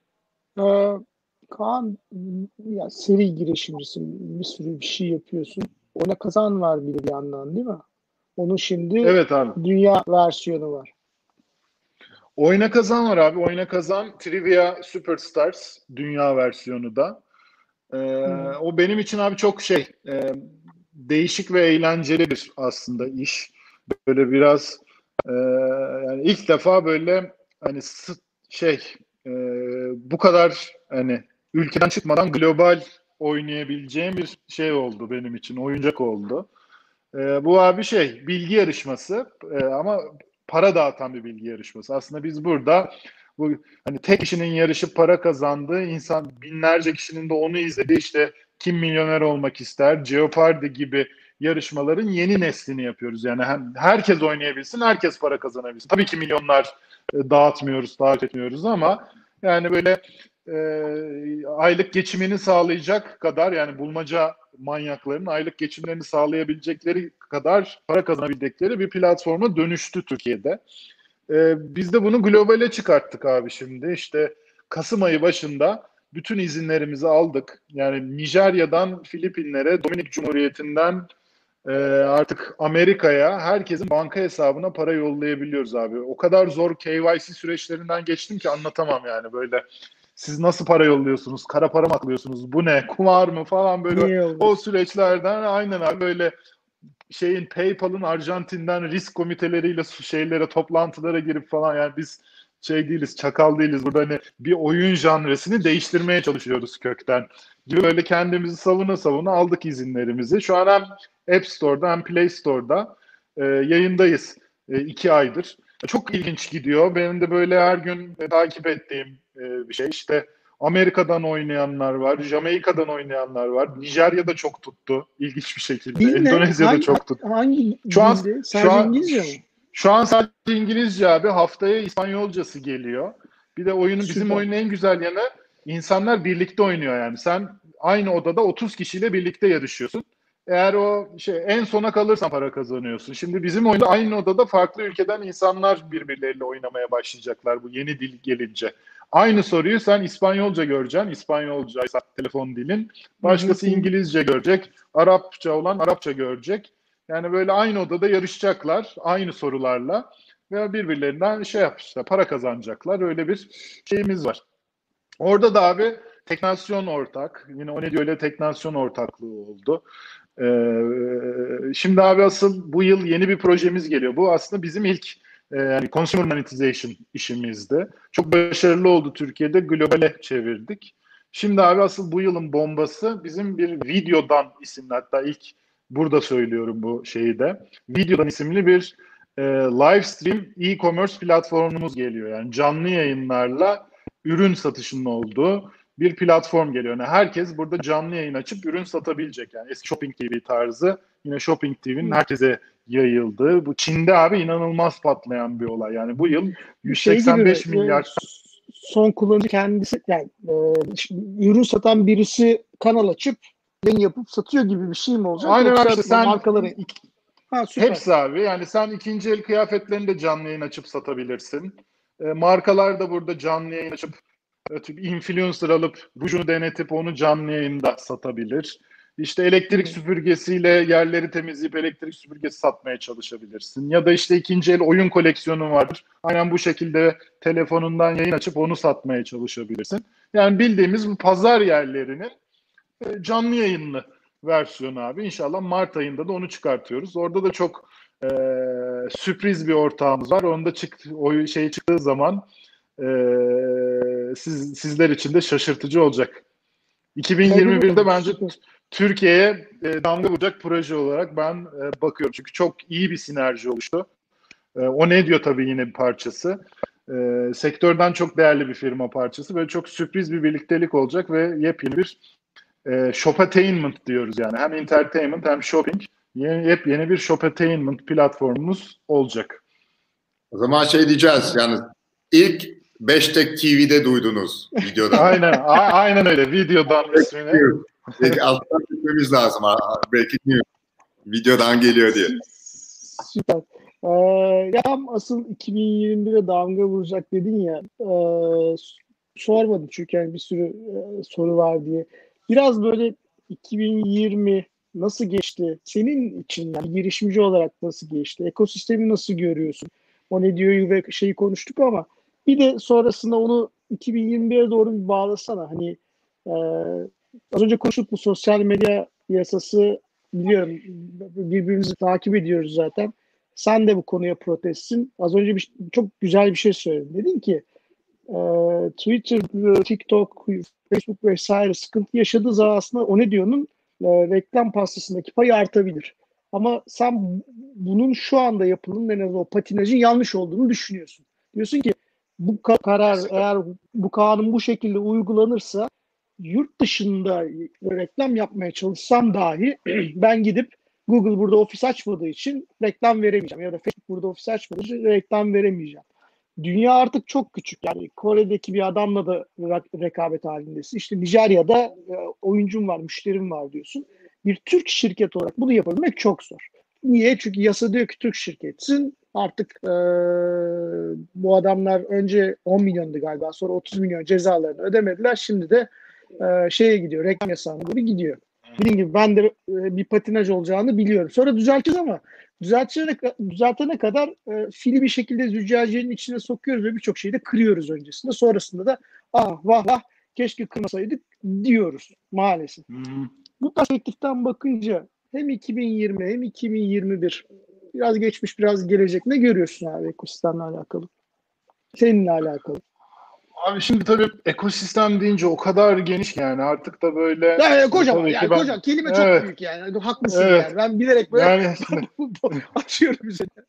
Kaan, ya seri girişimcisin, bir sürü bir şey yapıyorsun. Oyna Kazan var bir yandan, değil mi? Onun şimdi
Evet abi.
dünya versiyonu var.
Oyna Kazan var abi. Oyna Kazan Trivia Superstars dünya versiyonu da. O benim için abi çok değişik ve eğlenceli bir aslında iş. Böyle biraz yani ilk defa böyle hani bu kadar hani ülkeden çıkmadan global oynayabileceğim bir şey oldu benim için. Oyuncak oldu. Bu abi bilgi yarışması ama para dağıtan bir bilgi yarışması. Aslında biz burada bu hani tek kişinin yarışıp para kazandığı, insan binlerce kişinin de onu izlediği işte Kim Milyoner Olmak İster, Jeopardy gibi yarışmaların yeni neslini yapıyoruz. Yani herkes oynayabilsin, herkes para kazanabilsin. Tabii ki milyonlar dağıtmıyoruz, dağıt etmiyoruz ama yani böyle aylık geçimini sağlayacak kadar, yani bulmaca manyakların aylık geçimlerini sağlayabilecekleri kadar para kazanabildikleri bir platforma dönüştü Türkiye'de. Biz de bunu globale çıkarttık abi şimdi. İşte Kasım ayı başında bütün izinlerimizi aldık. Yani Nijerya'dan Filipinlere, Dominik Cumhuriyeti'nden artık Amerika'ya herkesin banka hesabına para yollayabiliyoruz abi. O kadar zor KYC süreçlerinden geçtim ki anlatamam yani böyle. Siz nasıl para yolluyorsunuz? Kara para mı aklıyorsunuz? Bu ne? Kumar mı falan böyle. O süreçlerden aynen abi böyle PayPal'ın Arjantin'den risk komiteleriyle toplantılara girip falan, yani biz değiliz, çakal değiliz. Burada hani bir oyun janresini değiştirmeye çalışıyoruz kökten gibi böyle kendimizi savuna aldık izinlerimizi. Şu an hem App Store'da hem Play Store'da yayındayız 2 aydır. Çok ilginç gidiyor. Benim de böyle her gün takip ettiğim bir şey. İşte Amerika'dan oynayanlar var, Jamaika'dan oynayanlar var. Nijerya'da çok tuttu ilginç bir şekilde.
Değil
Endonezya'da çok tuttu.
Hangi dilde? Sadece İngilizce mi?
Şu an sadece İngilizce abi. Haftaya İspanyolcası geliyor. Bir de bizim oyunun en güzel yanı, insanlar birlikte oynuyor yani. Sen aynı odada 30 kişiyle birlikte yarışıyorsun. Eğer o en sona kalırsan para kazanıyorsun. Şimdi bizim oyunda aynı odada farklı ülkeden insanlar birbirleriyle oynamaya başlayacaklar bu yeni dil gelince. Aynı soruyu sen İspanyolca göreceksin. İspanyolca telefon dilin. Başkası İngilizce görecek. Arapça olan Arapça görecek. Yani böyle aynı odada yarışacaklar aynı sorularla ve birbirlerinden para kazanacaklar. Öyle bir şeyimiz var. Orada da abi Teknasyon ortak. Yine o ne diyor öyle Teknasyon ortaklığı oldu. Şimdi abi asıl bu yıl yeni bir projemiz geliyor. Bu aslında bizim ilk Yani consumer monetization işimizdi. Çok başarılı oldu Türkiye'de. Globale çevirdik. Şimdi abi asıl bu yılın bombası bizim bir Videodan isimli, hatta ilk burada söylüyorum bu şeyi de. Videodan isimli bir live stream e-commerce platformumuz geliyor. Yani canlı yayınlarla ürün satışının olduğu bir platform geliyor. Yani herkes burada canlı yayın açıp ürün satabilecek. Yani eski Shopping TV tarzı, yine Shopping TV'nin herkese yayıldığı. Bu Çin'de abi inanılmaz patlayan bir olay. Yani bu yıl 185 milyar.
Son kullanıcı kendisi, yani ürün satan birisi kanal açıp yayın yapıp satıyor gibi bir şey mi olacak?
Aynen
Yoksa
işte sen
markaları...
Hepsi abi. Yani sen ikinci el kıyafetlerini de canlı yayın açıp satabilirsin. Markalar da burada canlı yayın açıp influencer alıp rujunu denetip onu canlı yayında satabilir. İşte elektrik süpürgesiyle yerleri temizleyip elektrik süpürgesi satmaya çalışabilirsin. Ya da işte ikinci el oyun koleksiyonun vardır. Aynen bu şekilde telefonundan yayın açıp onu satmaya çalışabilirsin. Yani bildiğimiz bu pazar yerlerinin canlı yayınlı versiyonu abi. İnşallah Mart ayında da onu çıkartıyoruz. Orada da çok sürpriz bir ortağımız var. Onda o şey çıktığı zaman sizler için de şaşırtıcı olacak. 2021'de bence Türkiye'ye damga vuracak proje olarak ben bakıyorum. Çünkü çok iyi bir sinerji oluştu. O ne diyor tabii yine bir parçası. Sektörden çok değerli bir firma parçası. Böyle çok sürpriz bir birliktelik olacak ve yepyeni bir shopatainment diyoruz yani. Hem entertainment hem shopping. Yepyeni bir shopatainment platformumuz olacak.
O zaman şey diyeceğiz yani ilk Beştek TV'de duydunuz videodan.
aynen öyle. Videodan ismini.
Belki alttan gitmemiz lazım. Belki videodan geliyor diye.
Süper. Ya asıl 2021'e damga vuracak dedin ya. Sormadım çünkü yani bir sürü soru var diye. Biraz böyle 2020 nasıl geçti? Senin için yani girişimci olarak nasıl geçti? Ekosistemi nasıl görüyorsun? O ne diyor ve şeyi konuştuk ama bir de sonrasında onu 2021'e doğru bir bağlasana. Hani az önce konuştuk, bu sosyal medya yasası, biliyorum birbirimizi takip ediyoruz zaten. Sen de bu konuya protestsin. Az önce çok güzel bir şey söyledin. Dedin ki Twitter, TikTok, Facebook vesaire sıkıntı yaşadığı zaman aslında o ne diyor'nun reklam pastasındaki payı artabilir. Ama sen bunun şu anda yapılanın en azından o patinajın yanlış olduğunu düşünüyorsun. Diyorsun ki bu karar, eğer bu kanun bu şekilde uygulanırsa yurt dışında reklam yapmaya çalışsam dahi ben gidip Google burada ofis açmadığı için reklam veremeyeceğim ya da Facebook burada ofis açmadığı için reklam veremeyeceğim. Dünya artık çok küçük. Yani Kore'deki bir adamla da rekabet halindesin. İşte Nijerya'da oyuncum var, müşterim var diyorsun. Bir Türk şirket olarak bunu yapabilmek çok zor. Niye? Çünkü yasa diyor ki Türk şirketsin. Artık bu adamlar önce 10 milyondu galiba, sonra 30 milyon cezalarını ödemediler. Şimdi de şeye gidiyor, reklam yasağına doğru gidiyor. Dediğim gibi ben de bir patinaj olacağını biliyorum. Sonra düzelteceğiz ama düzeltene kadar fili bir şekilde züccaciyenin içine sokuyoruz ve birçok şeyi de kırıyoruz öncesinde. Sonrasında da vah vah keşke kırmasaydık diyoruz maalesef. Bu perspektiften bakınca hem 2020 hem 2021 biraz geçmiş biraz gelecek, ne görüyorsun abi ekosistemle alakalı? Seninle alakalı.
Abi şimdi tabii ekosistem deyince o kadar geniş yani artık da böyle.
Ya kocaman yani kocaman kelime çok büyük yani. Haklısın yani. Ben bilerek böyle yani, açıyorum üzerine.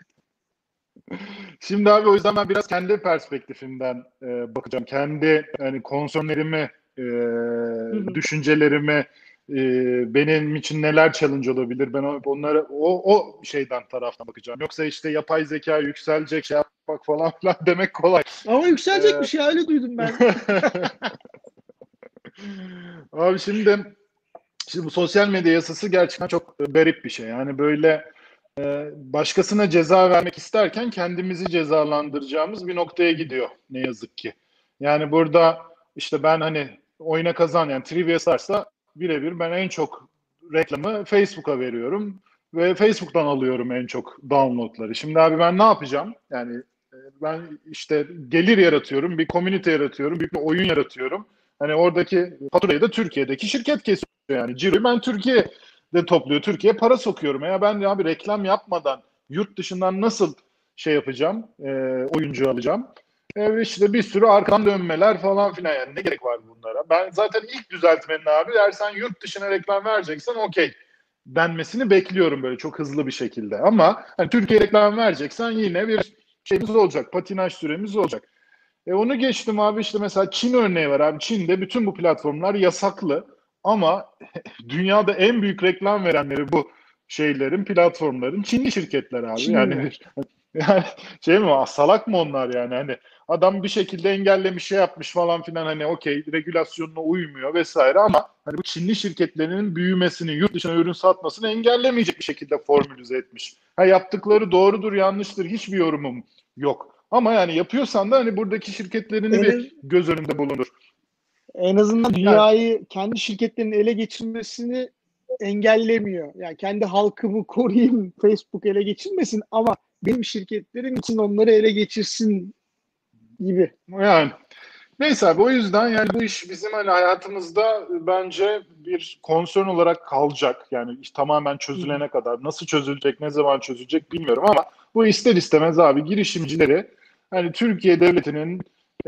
Şimdi abi o yüzden ben biraz kendi perspektifimden bakacağım. Kendi yani konsörlerimi, düşüncelerimi, benim için neler challenge olabilir, ben onlara o şeyden taraftan bakacağım. Yoksa işte yapay zeka yükselecek, şey yapmak falan filan demek kolay.
Ama yükselecekmiş ya, öyle duydum ben.
Abi şimdi bu sosyal medya yasası gerçekten çok garip bir şey. Yani böyle başkasına ceza vermek isterken kendimizi cezalandıracağımız bir noktaya gidiyor ne yazık ki. Yani burada işte ben hani oyuna kazan, yani trivia sarsa birebir ben en çok reklamı Facebook'a veriyorum ve Facebook'tan alıyorum en çok downloadları. Şimdi abi ben ne yapacağım? Yani ben işte gelir yaratıyorum, bir community yaratıyorum, büyük bir oyun yaratıyorum. Hani oradaki faturayı da Türkiye'deki şirket kesiyor yani. Ciro'yu ben Türkiye'de topluyor, Türkiye'ye para sokuyorum. Ya ben abi reklam yapmadan yurt dışından nasıl şey yapacağım, oyuncu alacağım. İşte bir sürü arkadan dönmeler falan filan, yani ne gerek var bunlara? Ben zaten ilk düzeltmenin abi, eğer sen yurt dışına reklam vereceksen okey denmesini bekliyorum böyle çok hızlı bir şekilde. Ama hani Türkiye reklam vereceksen yine bir şeyimiz olacak, patinaj süremiz olacak. Onu geçtim abi, işte mesela Çin örneği var abi. Çin'de bütün bu platformlar yasaklı ama dünyada en büyük reklam verenleri bu şeylerin, platformların Çinli şirketler abi.
Çinli.
Yani şey mi, salak mı onlar yani? Hani adam bir şekilde engellemiş, şey yapmış falan filan, hani okey regülasyonuna uymuyor vesaire, ama hani bu Çinli şirketlerinin büyümesini, yurt dışına ürün satmasını engellemeyecek bir şekilde formülize etmiş. Ha, yaptıkları doğrudur yanlıştır hiçbir yorumum yok. Ama yani yapıyorsan da hani buradaki şirketlerini bir göz önünde bulundur.
En azından dünyayı kendi şirketlerinin ele geçirmesini engellemiyor. Yani kendi halkımı koruyayım, Facebook ele geçirmesin ama benim şirketlerim için onları ele geçirsin gibi.
Yani neyse abi, o yüzden yani bu iş bizim hani hayatımızda bence bir konsern olarak kalacak. Yani iş tamamen çözülene kadar, nasıl çözülecek, ne zaman çözülecek bilmiyorum, ama bu ister istemez abi girişimcileri hani Türkiye devletinin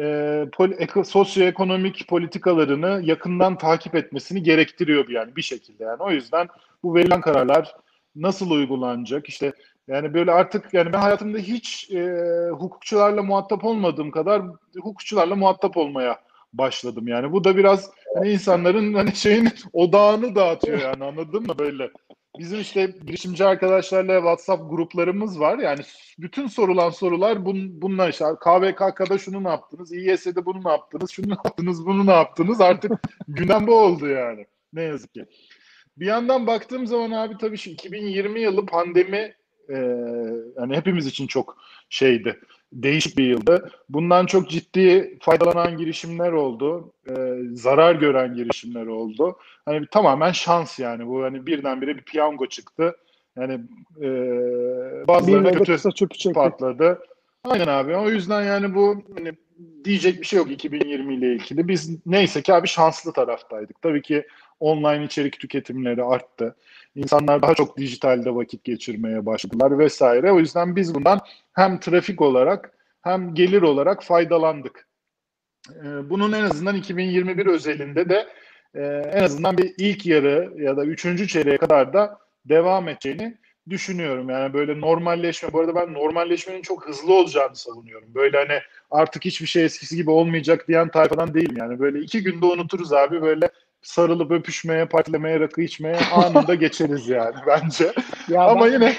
sosyoekonomik politikalarını yakından takip etmesini gerektiriyor yani bir şekilde. Yani o yüzden bu verilen kararlar nasıl uygulanacak, işte yani böyle artık, yani ben hayatımda hiç hukukçularla muhatap olmadığım kadar hukukçularla muhatap olmaya başladım. Yani bu da biraz hani insanların hani şeyin odağını dağıtıyor, yani anladın mı böyle? Bizim işte girişimci arkadaşlarla WhatsApp gruplarımız var. Yani bütün sorulan sorular bunlar işte. KVKK'da şunu ne yaptınız? İYS'de bunu ne yaptınız? Şunu ne yaptınız? Bunu ne yaptınız? Artık gündem bu oldu yani. Ne yazık ki. Bir yandan baktığım zaman abi, tabii şu 2020 yılı pandemi yani hepimiz için çok şeydi. Değişik bir yıldı. Bundan çok ciddi faydalanan girişimler oldu. Zarar gören girişimler oldu. Hani tamamen şans yani. Bu hani birdenbire bir piyango çıktı. Yani bazılarına kötü patladı. Aynen abi. O yüzden yani bu hani diyecek bir şey yok 2020 ile ilgili. Biz neyse ki abi şanslı taraftaydık. Tabii ki online içerik tüketimleri arttı. İnsanlar daha çok dijitalde vakit geçirmeye başladılar vesaire. O yüzden biz bundan hem trafik olarak hem gelir olarak faydalandık. Bunun en azından 2021 özelinde de en azından bir ilk yarı ya da üçüncü çeyreğe kadar da devam edeceğini düşünüyorum. Yani böyle normalleşme, bu arada ben normalleşmenin çok hızlı olacağını savunuyorum. Böyle hani artık hiçbir şey eskisi gibi olmayacak diyen tayfadan değilim. Yani böyle 2 günde unuturuz abi, böyle sarılıp öpüşmeye, partilemeye, rakı içmeye anında geçeriz yani bence.
Ya
ama yine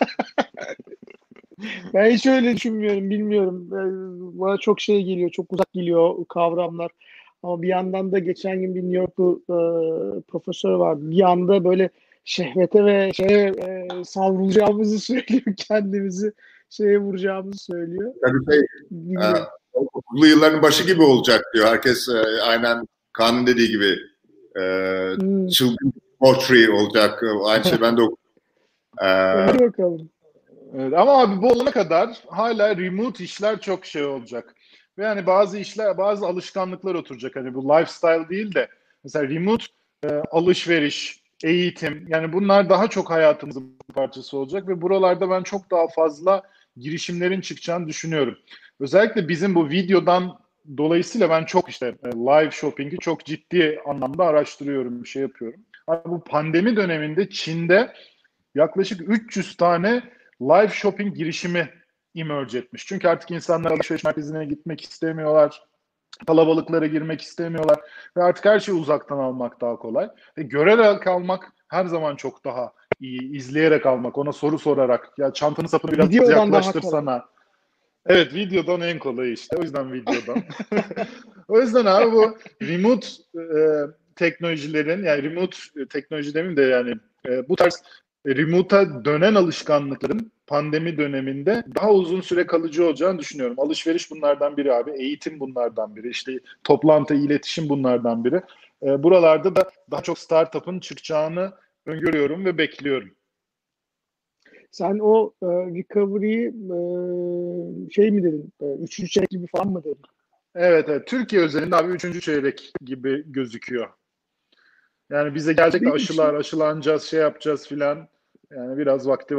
ben hiç öyle düşünmüyorum, bilmiyorum. Bana çok şey geliyor, çok uzak geliyor kavramlar. Ama bir yandan da geçen gün bir New Yorklu profesör vardı. Bir anda böyle şehvete ve savrulacağımızı söylüyor, kendimizi şeye vuracağımızı söylüyor.
Tabii okul yılların başı gibi olacak diyor. Herkes aynen Kaan'ın dediği gibi çılgın poetry olacak. Aynı şey ben de okudum.
Hadi bakalım.
Evet, ama abi bu olana kadar hala remote işler çok şey olacak. Ve yani bazı işler, bazı alışkanlıklar oturacak. Hani bu lifestyle değil de mesela remote alışveriş, eğitim, yani bunlar daha çok hayatımızın bir parçası olacak ve buralarda ben çok daha fazla girişimlerin çıkacağını düşünüyorum. Özellikle bizim bu videodan dolayısıyla ben çok işte live shopping'i çok ciddi anlamda araştırıyorum, bir şey yapıyorum. Abi bu pandemi döneminde Çin'de yaklaşık 300 tane live shopping girişimi emerge etmiş. Çünkü artık insanlar alışveriş merkezine gitmek istemiyorlar. Kalabalıklara girmek istemiyorlar. Ve artık her şeyi uzaktan almak daha kolay. Ve görerek almak her zaman çok daha iyi. İzleyerek almak, ona soru sorarak. Ya çantanın sapını biraz
Videodan
yaklaştırsana. Evet, videodan en kolay işte. O yüzden videodan. O yüzden abi bu remote teknolojilerin, yani remote teknoloji demeyeyim de yani bu tarz remote'a dönen alışkanlıkların pandemi döneminde daha uzun süre kalıcı olacağını düşünüyorum. Alışveriş bunlardan biri abi. Eğitim bunlardan biri. İşte toplantı, iletişim bunlardan biri. Buralarda da daha çok startup'ın çıkacağını öngörüyorum ve bekliyorum.
Sen o recovery'yi şey mi dedin? Üçüncü çeyrek gibi falan mı dedin?
Evet. Türkiye özelinde abi üçüncü çeyrek gibi gözüküyor. Yani bize gelecek aşılar, aşılanacağız, şey yapacağız filan. Yani biraz vakti var.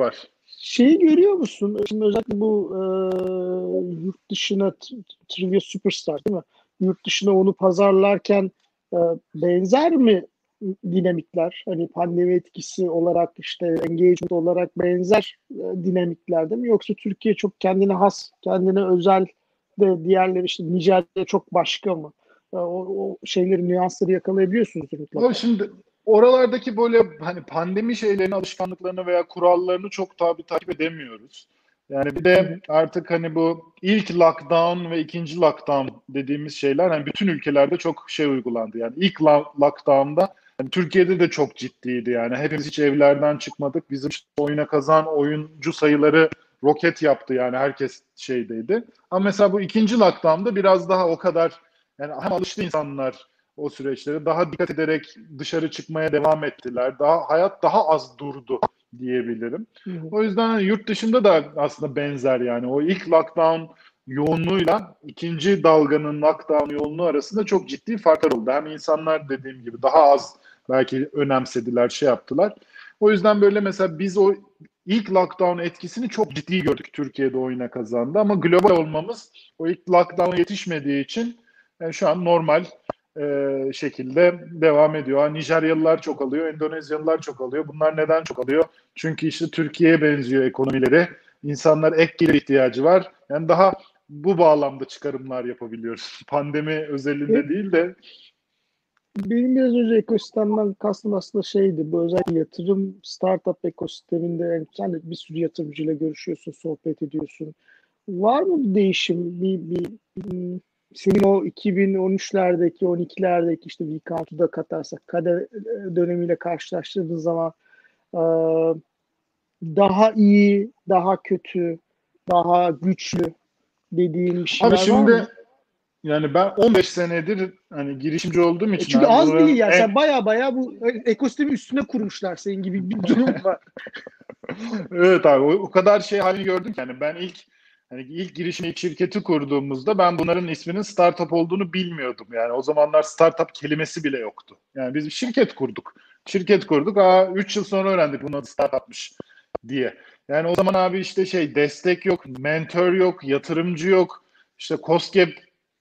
Şeyi görüyor musun? Şimdi özellikle bu yurt dışına Trivia Superstar değil mi? Yurt dışına onu pazarlarken e, benzer mi dinamikler? Hani pandemi etkisi olarak işte engagement olarak benzer dinamiklerde mi? Yoksa Türkiye çok kendine has, kendine özel de diğerleri işte Nijerya çok başka mı? O şeyleri, nüansları yakalayabiliyorsunuz
Ama
mutlaka.
şimdi oralardaki böyle hani pandemi şeylerini, alışkanlıklarını veya kurallarını çok tabii takip edemiyoruz. Yani bir
Hı
de
hı.
artık hani bu ilk lockdown ve ikinci lockdown dediğimiz şeyler hani bütün ülkelerde çok şey uygulandı. Yani ilk lockdown'da hani Türkiye'de de çok ciddiydi yani. Hepimiz hiç evlerden çıkmadık. Bizim işte oyuna kazan oyuncu sayıları roket yaptı yani herkes şeydeydi. Ama mesela bu ikinci lockdown'da biraz daha o kadar yani hem alıştı insanlar o süreçlere daha dikkat ederek dışarı çıkmaya devam ettiler. Hayat daha az durdu diyebilirim.
Hı hı.
O yüzden hani yurt dışında da aslında benzer yani o ilk lockdown yoğunluğuyla ikinci dalganın lockdown yoğunluğu arasında çok ciddi farklar oldu. Hem insanlar dediğim gibi daha az belki önemsediler, şey yaptılar. O yüzden böyle mesela biz o ilk lockdown etkisini çok ciddi gördük Türkiye'de oyuna kazandı ama global olmamız o ilk lockdown'a yetişmediği için yani şu an normal şekilde devam ediyor. Nijeryalılar çok alıyor, Endonezyalılar çok alıyor. Bunlar neden çok alıyor? Çünkü işte Türkiye'ye benziyor ekonomileri. İnsanlar ek gelir ihtiyacı var. Yani daha bu bağlamda çıkarımlar yapabiliyoruz. Pandemi özelinde değil de.
Benim biraz önce ekosistemden kastım aslında şeydi. Bu özellikle yatırım startup ekosisteminde yani sen de bir sürü yatırımcıyla görüşüyorsun, sohbet ediyorsun. Var mı bir değişim? Senin o 2013'lerdeki, 12'lerdeki işte V-Count'u da katarsak, KADE dönemiyle karşılaştırdığın zaman e, daha iyi, daha kötü, daha güçlü dediğin bir
Abi
şeyler var
şimdi
mı?
yani ben 15 senedir hani girişimci olduğum için
Çünkü
abi
az değil
bunların
ya. Sen baya bu ekosistemi üstüne kurmuşlar senin gibi bir durum var.
Evet abi o kadar şey halini gördüm ki yani ben ilk girişim ilk şirketi kurduğumuzda ben bunların isminin startup olduğunu bilmiyordum. Yani o zamanlar startup kelimesi bile yoktu. Yani biz bir şirket kurduk. Şirket kurduk. 3 yıl sonra öğrendik bunun adı startupmış diye. Yani o zaman abi işte destek yok, mentor yok, yatırımcı yok. İşte KOSGEB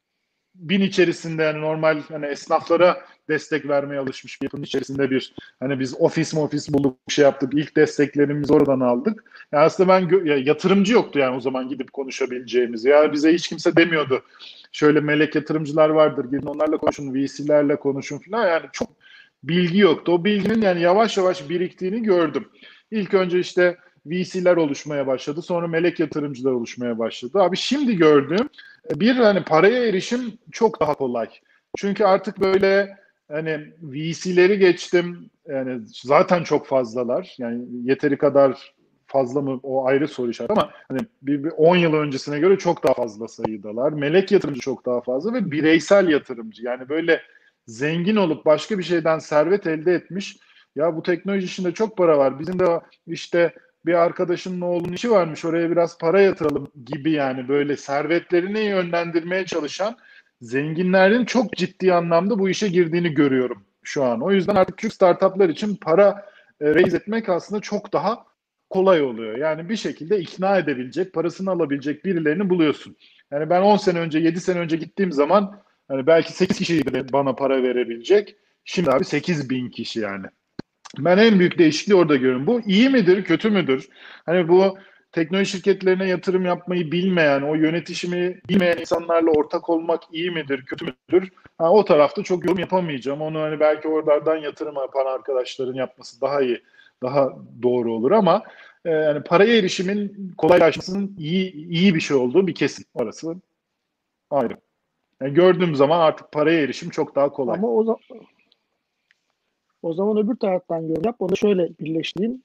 bin içerisinde yani normal hani esnaflara destek vermeye alışmış bir yapının içerisinde bir hani biz ofis bulduk şey yaptık ilk desteklerimizi oradan aldık. Yani aslında yatırımcı yoktu yani o zaman gidip konuşabileceğimiz. Ya bize hiç kimse demiyordu. Şöyle melek yatırımcılar vardır gidin onlarla konuşun, VC'lerle konuşun falan yani çok bilgi yoktu. O bilginin yani yavaş yavaş biriktiğini gördüm. İlk önce işte VC'ler oluşmaya başladı. Sonra melek yatırımcılar oluşmaya başladı. Abi şimdi gördüğüm bir hani paraya erişim çok daha kolay. Çünkü artık böyle hani VC'leri geçtim. Yani zaten çok fazlalar. Yani yeteri kadar fazla mı o ayrı soru işareti ama hani bir 10 yıl öncesine göre çok daha fazla sayıdalar. Melek yatırımcı çok daha fazla ve bireysel yatırımcı. Yani böyle zengin olup başka bir şeyden servet elde etmiş. Ya bu teknoloji işinde çok para var. Bizim de işte bir arkadaşının oğlunun işi varmış oraya biraz para yatıralım gibi yani böyle servetlerini yönlendirmeye çalışan zenginlerin çok ciddi anlamda bu işe girdiğini görüyorum şu an. O yüzden artık Türk startuplar için para raise etmek aslında çok daha kolay oluyor. Yani bir şekilde ikna edebilecek, parasını alabilecek birilerini buluyorsun. Yani ben 10 sene önce, 7 sene önce gittiğim zaman hani belki 8 kişiydi bana para verebilecek. Şimdi abi 8 bin kişi yani. Ben en büyük değişikliği orada görüyorum. Bu iyi midir, kötü müdür? Hani bu teknoloji şirketlerine yatırım yapmayı bilmeyen, o yönetişimi bilmeyen insanlarla ortak olmak iyi midir, kötü müdür? O tarafta çok yorum yapamayacağım. Onu hani belki oralardan yatırım yapan arkadaşların yapması daha iyi, daha doğru olur ama yani paraya erişimin kolaylaşmasının iyi bir şey olduğu bir kesin. Orası ayrı. Yani gördüğüm zaman artık paraya erişim çok daha kolay.
Ama o zaman öbür taraftan yorum yap. Onu şöyle birleştireyim.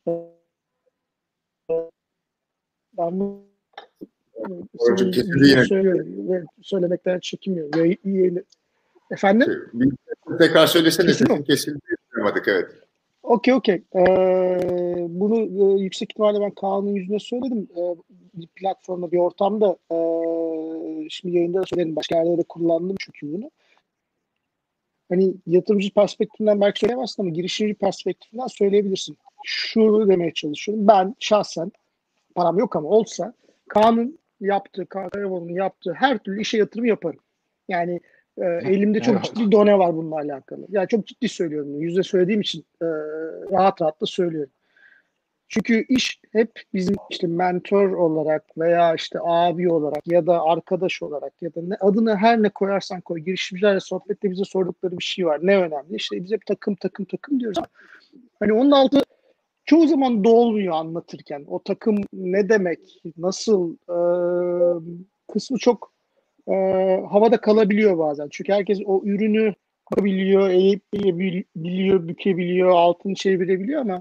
Ben bu
Oracık
senin
kesildi
yüzüne
yine.
söylüyorum ve söylemekten çekinmiyorum. Efendim?
Bir tekrar söylesene
Kesin
sesin
mi?
kesildi. Duyamadık, evet.
Okey. Bunu yüksek ihtimalle ben Kaan'ın yüzüne söyledim. Bir platformda, bir ortamda şimdi yayında da söylerim. Başka yerde de kullandım çünkü bunu. Hani yatırımcı perspektifinden belki söyleyemezsin ama girişimci perspektifinden söyleyebilirsin. Şunu demeye çalışıyorum. Ben şahsen param yok ama olsa Kaan'ın yaptığı, Kaan Karamoğlu'nun yaptığı her türlü işe yatırım yaparım. Yani elimde çok ciddi done var bununla alakalı. Yani çok ciddi söylüyorum. Yüzde söylediğim için rahat rahat da söylüyorum. Çünkü iş hep bizim işte mentor olarak veya işte abi olarak ya da arkadaş olarak ya da adını her ne koyarsan koy, girişimcilerle sohbette bize sordukları bir şey var. Ne önemli? İşte biz hep takım diyoruz ama hani onun altı çoğu zaman dolmuyor anlatırken. O takım ne demek, nasıl kısmı çok havada kalabiliyor bazen. Çünkü herkes o ürünü biliyor, eğebiliyor, bükebiliyor, altını çevirebiliyor ama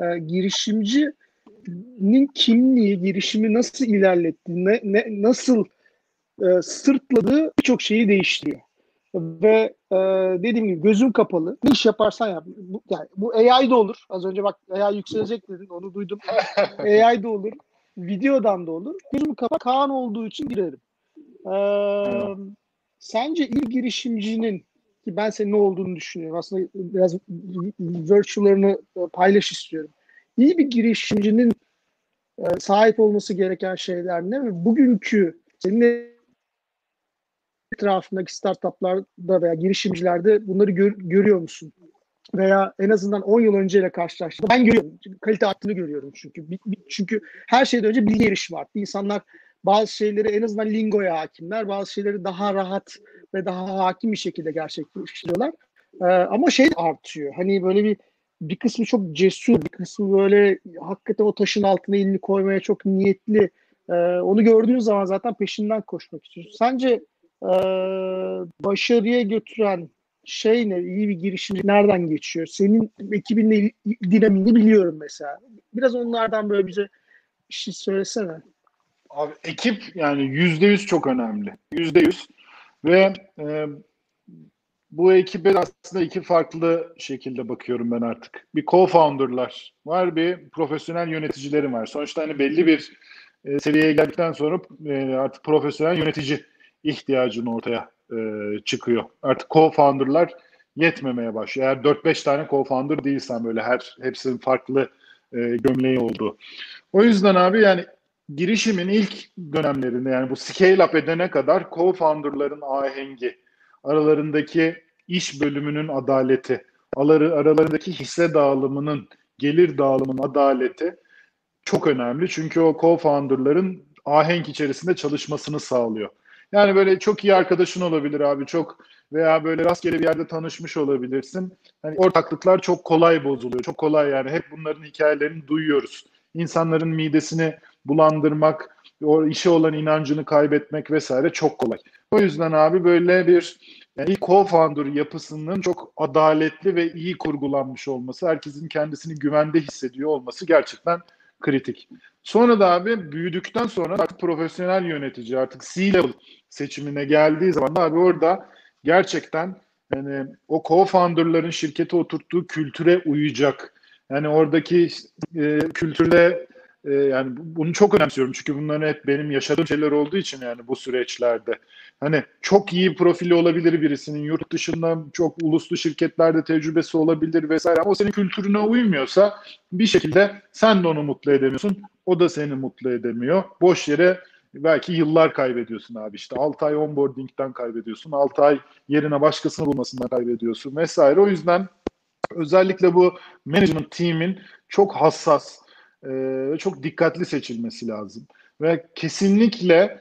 girişimcinin kimliği, girişimi nasıl ilerlettiği, nasıl sırtladığı birçok şeyi değiştiriyor. Ve dediğim gibi gözün kapalı. Ne iş yaparsan yap. Bu AI'da olur. Az önce bak AI yükselecek dedin. Onu duydum. AI'da olur. Videodan da olur. Gözümü kapat. Kaan olduğu için girerim. Sence iyi girişimcinin, ki ben senin ne olduğunu düşünüyorum. Aslında biraz virtual'larını paylaş istiyorum. İyi bir girişimcinin sahip olması gereken şeyler ne? Ve bugünkü senin etrafındaki startuplarda veya girişimcilerde bunları görüyor musun? Veya en azından 10 yıl önceyle karşılaştığımda ben görüyorum. Kalite arttığını görüyorum çünkü. Çünkü her şeyden önce bilgi erişimi arttı. İnsanlar bazı şeyleri en azından lingoya hakimler. Bazı şeyleri daha rahat ve daha hakim bir şekilde gerçekleştiriyorlar. Ama şey artıyor. Hani böyle bir kısmı çok cesur, bir kısmı böyle hakikaten o taşın altına elini koymaya çok niyetli. Onu gördüğün zaman zaten peşinden koşmak istiyorsun. Sence başarıya götüren şey ne? İyi bir girişimci nereden geçiyor? Senin ekibinle dinamini biliyorum mesela. Biraz onlardan böyle bize bir şey söylesene.
Abi ekip yani %100 çok önemli. %100. Ve bu ekibe aslında iki farklı şekilde bakıyorum ben artık. Bir co-founder'lar var, bir profesyonel yöneticilerim var. Sonuçta hani belli bir seviyeye geldikten sonra artık profesyonel yönetici ihtiyacın ortaya çıkıyor. Artık co-founder'lar yetmemeye başlıyor. Eğer 4-5 tane co-founder değilsen böyle hepsinin farklı gömleği olduğu. O yüzden abi yani girişimin ilk dönemlerinde yani bu scale up edene kadar co-founder'ların ahengi, aralarındaki iş bölümünün adaleti, aralarındaki hisse dağılımının, gelir dağılımının adaleti çok önemli. Çünkü o co-founder'ların ahenk içerisinde çalışmasını sağlıyor. Yani böyle çok iyi arkadaşın olabilir abi, çok veya böyle rastgele bir yerde tanışmış olabilirsin. Hani ortaklıklar çok kolay bozuluyor. Çok kolay yani. Hep bunların hikayelerini duyuyoruz. İnsanların midesini bulandırmak, o işe olan inancını kaybetmek vesaire çok kolay. O yüzden abi böyle bir yani ilk co-founder yapısının çok adaletli ve iyi kurgulanmış olması, herkesin kendisini güvende hissediyor olması gerçekten kritik. Sonra da abi büyüdükten sonra artık profesyonel yönetici, artık C-level seçimine geldiği zaman da abi orada gerçekten yani o co-founder'ların şirkete oturttuğu kültüre uyacak. Yani oradaki kültürle yani bunu çok önemsiyorum çünkü bunların hep benim yaşadığım şeyler olduğu için yani bu süreçlerde. Hani çok iyi profili olabilir birisinin, yurt dışından çok uluslu şirketlerde tecrübesi olabilir vesaire ama o senin kültürüne uymuyorsa bir şekilde sen de onu mutlu edemiyorsun, o da seni mutlu edemiyor. Boş yere belki yıllar kaybediyorsun abi, işte 6 ay onboarding'den kaybediyorsun, 6 ay yerine başkasını bulmasından kaybediyorsun vesaire. O yüzden özellikle bu management team'in çok hassas ve çok dikkatli seçilmesi lazım. Ve kesinlikle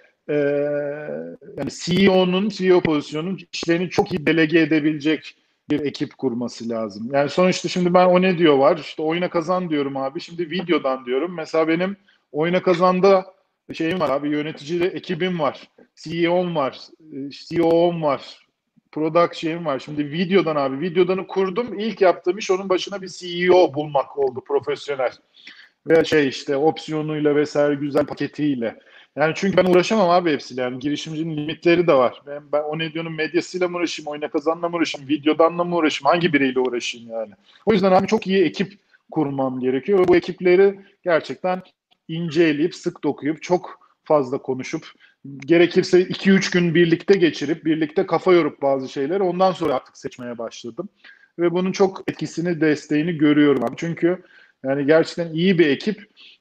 yani CEO pozisyonunun işlerini çok iyi delege edebilecek bir ekip kurması lazım. Yani sonuçta şimdi ben o ne diyor var, işte oyna kazan diyorum abi, şimdi videodan diyorum. Mesela benim oyna kazanda şeyim var abi, yönetici ekibim var, CEO'm var, COO'm var, product şeyim var. Şimdi videodanı kurdum. İlk yaptığım iş onun başına bir CEO bulmak oldu, profesyonel. Ve işte opsiyonuyla vesaire güzel paketiyle. Yani çünkü ben uğraşamam abi hepsiyle. Yani girişimcinin limitleri de var. Ben o ne diyorsun, medyasıyla mı uğraşayım, oyuna kazanla mı uğraşayım, videodanla mı uğraşayım, hangi biriyle uğraşayım yani. O yüzden abi çok iyi ekip kurmam gerekiyor. Ve bu ekipleri gerçekten ince eleyip, sık dokuyup, çok fazla konuşup, gerekirse 2-3 gün birlikte geçirip, birlikte kafa yorup bazı şeyleri ondan sonra artık seçmeye başladım. Ve bunun çok etkisini, desteğini görüyorum abi. Çünkü yani gerçekten iyi bir ekip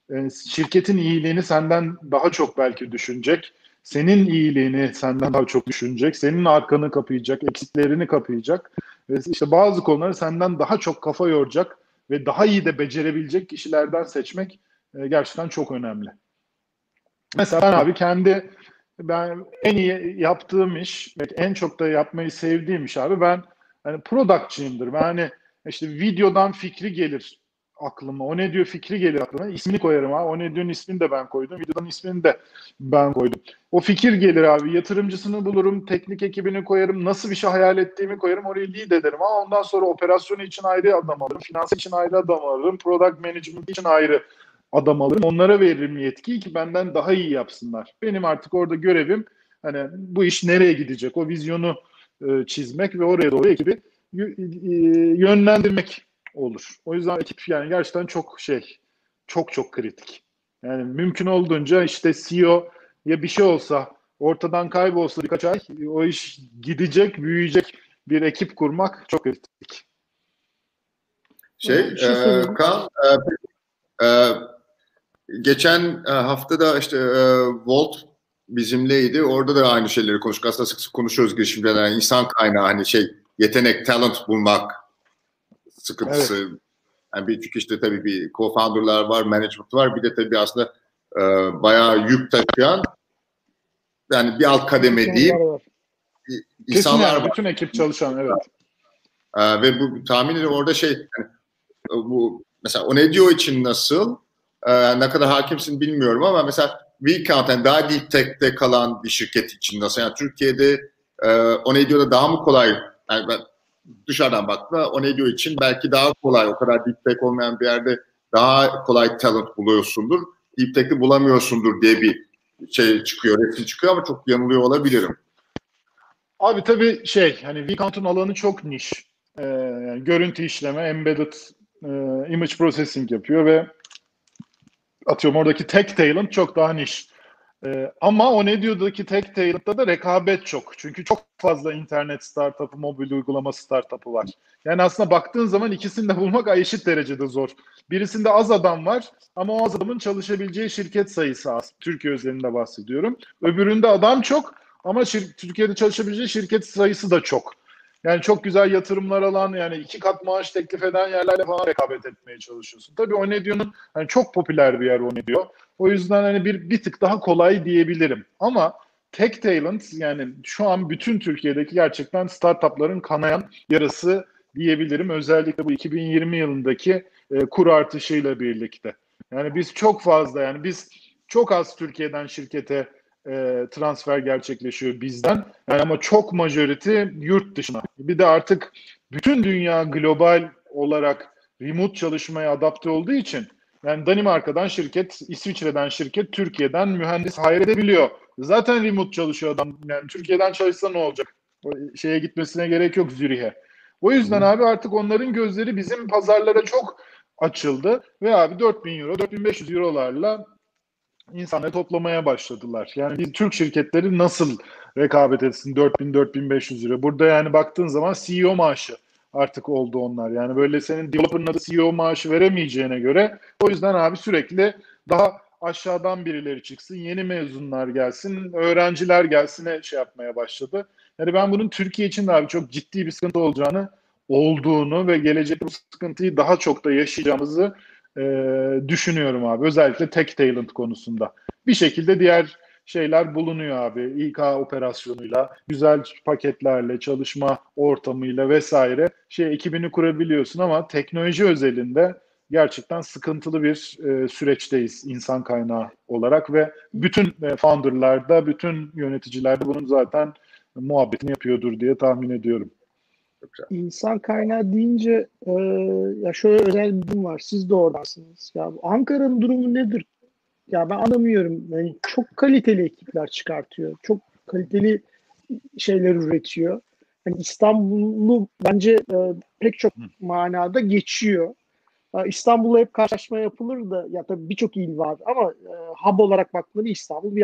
şirketin iyiliğini senden daha çok belki düşünecek. Senin iyiliğini senden daha çok düşünecek. Senin arkanı kapayacak, eksiklerini kapayacak. Ve işte bazı konuları senden daha çok kafa yoracak ve daha iyi de becerebilecek kişilerden seçmek gerçekten çok önemli. Mesela ben abi ben en iyi yaptığım iş, en çok da yapmayı sevdiğim iş abi, ben hani productçıyımdır. Ben hani işte videodan fikri gelir aklıma. O ne diyor fikri gelir aklıma. İsmini koyarım abi. O ne diyor'nun ismini de ben koydum. Videodan ismini de ben koydum. O fikir gelir abi. Yatırımcısını bulurum. Teknik ekibini koyarım. Nasıl bir şey hayal ettiğimi koyarım. Orayı lead ederim. Ama ondan sonra operasyonu için ayrı adam alırım. Finans için ayrı adam alırım. Product management için ayrı adam alırım. Onlara veririm yetkiyi ki benden daha iyi yapsınlar. Benim artık orada görevim hani bu iş nereye gidecek? O vizyonu çizmek ve oraya doğru ekibi yönlendirmek olur. O yüzden ekip yani gerçekten çok kritik. Yani mümkün olduğunca işte CEO ya bir şey olsa, ortadan kaybolsa birkaç ay, o iş gidecek, büyüyecek bir ekip kurmak çok kritik.
Kaan, geçen haftada işte Volt bizimleydi. Orada da aynı şeyleri konuştuk. Aslında sık sık konuşuyoruz girişimciler. Yani insan kaynağı, hani yetenek, talent bulmak sıkıntısı.
Evet.
Yani çünkü işte tabii bir co-founder'lar var, management var. Bir de tabii aslında bayağı yük taşıyan, yani bir alt kademe diyeyim, insanlar
yani,
var.
bütün ekip çalışan, evet.
Ve bu tahmin ediyorum orada yani, bu mesela Onedio için nasıl, ne kadar hakimsin bilmiyorum ama mesela WeCount, yani daha deep tech'te kalan bir şirket için nasıl? Yani Türkiye'de Onedio'da daha mı kolay? Yani ben dışarıdan baktığımda Onedio için belki daha kolay, o kadar deep tech olmayan bir yerde daha kolay talent buluyorsundur. Deep tech'te bulamıyorsundur diye bir çıkıyor, resim çıkıyor ama çok yanılıyor olabilirim.
Abi tabii hani WeCount'un alanı çok niş. Yani görüntü işleme, embedded image processing yapıyor ve atıyorum oradaki tech talent çok daha niş. Ama Onedio'daki tech talent'ta da rekabet çok. Çünkü çok fazla internet startup'ı, mobil uygulama startup'ı var. Yani aslında baktığın zaman ikisini de bulmak eşit derecede zor. Birisinde az adam var ama o az adamın çalışabileceği şirket sayısı az. Türkiye özelinde bahsediyorum. Öbüründe adam çok ama Türkiye'de çalışabileceği şirket sayısı da çok. Yani çok güzel yatırımlar alan, yani 2 kat maaş teklif eden yerlerle falan rekabet etmeye çalışıyorsun. Tabii Onedio'nun hani çok popüler bir yer Onedio. O yüzden hani bir tık daha kolay diyebilirim. Ama tech talent yani şu an bütün Türkiye'deki gerçekten startupların kanayan yarası diyebilirim. Özellikle bu 2020 yılındaki kur artışıyla birlikte. Yani biz çok az Türkiye'den şirkete transfer gerçekleşiyor bizden. Yani ama çok majority yurt dışına. Bir de artık bütün dünya global olarak remote çalışmaya adapte olduğu için yani Danimarka'dan şirket, İsviçre'den şirket, Türkiye'den mühendis hire edebiliyor. Zaten remote çalışıyor adam. Yani Türkiye'den çalışsa ne olacak? O şeye gitmesine gerek yok, Zürih'e. O yüzden abi artık onların gözleri bizim pazarlara çok açıldı ve abi 4.000 euro, 4.500 eurolarla insanları toplamaya başladılar. Yani biz Türk şirketleri nasıl rekabet etsin 4.000-4.500 euro? Burada yani baktığın zaman CEO maaşı artık oldu onlar. Yani böyle senin developer'ın adı CEO maaşı veremeyeceğine göre o yüzden abi sürekli daha aşağıdan birileri çıksın, yeni mezunlar gelsin, öğrenciler gelsine yapmaya başladı. Yani ben bunun Türkiye için de abi çok ciddi bir sıkıntı olduğunu ve gelecekte bu sıkıntıyı daha çok da yaşayacağımızı düşünüyorum abi. Özellikle tech talent konusunda. Bir şekilde diğer şeyler bulunuyor abi. İK operasyonuyla, güzel paketlerle, çalışma ortamıyla vesaire ekibini kurabiliyorsun ama teknoloji özelinde gerçekten sıkıntılı bir süreçteyiz insan kaynağı olarak ve bütün founder'larda, bütün yöneticilerde bunun zaten muhabbetini yapıyordur diye tahmin ediyorum.
İnsan kaynağı deyince ya şöyle özel bir durum var. Siz de oradansınız. Ya Ankara'nın durumu nedir? Ya ben anlamıyorum. Yani çok kaliteli ekipler çıkartıyor. Çok kaliteli şeyler üretiyor. Hani İstanbul'u bence pek çok manada geçiyor. İstanbul'la hep karşılaşma yapılır da ya tabii birçok il var ama hub olarak baktığında İstanbul bir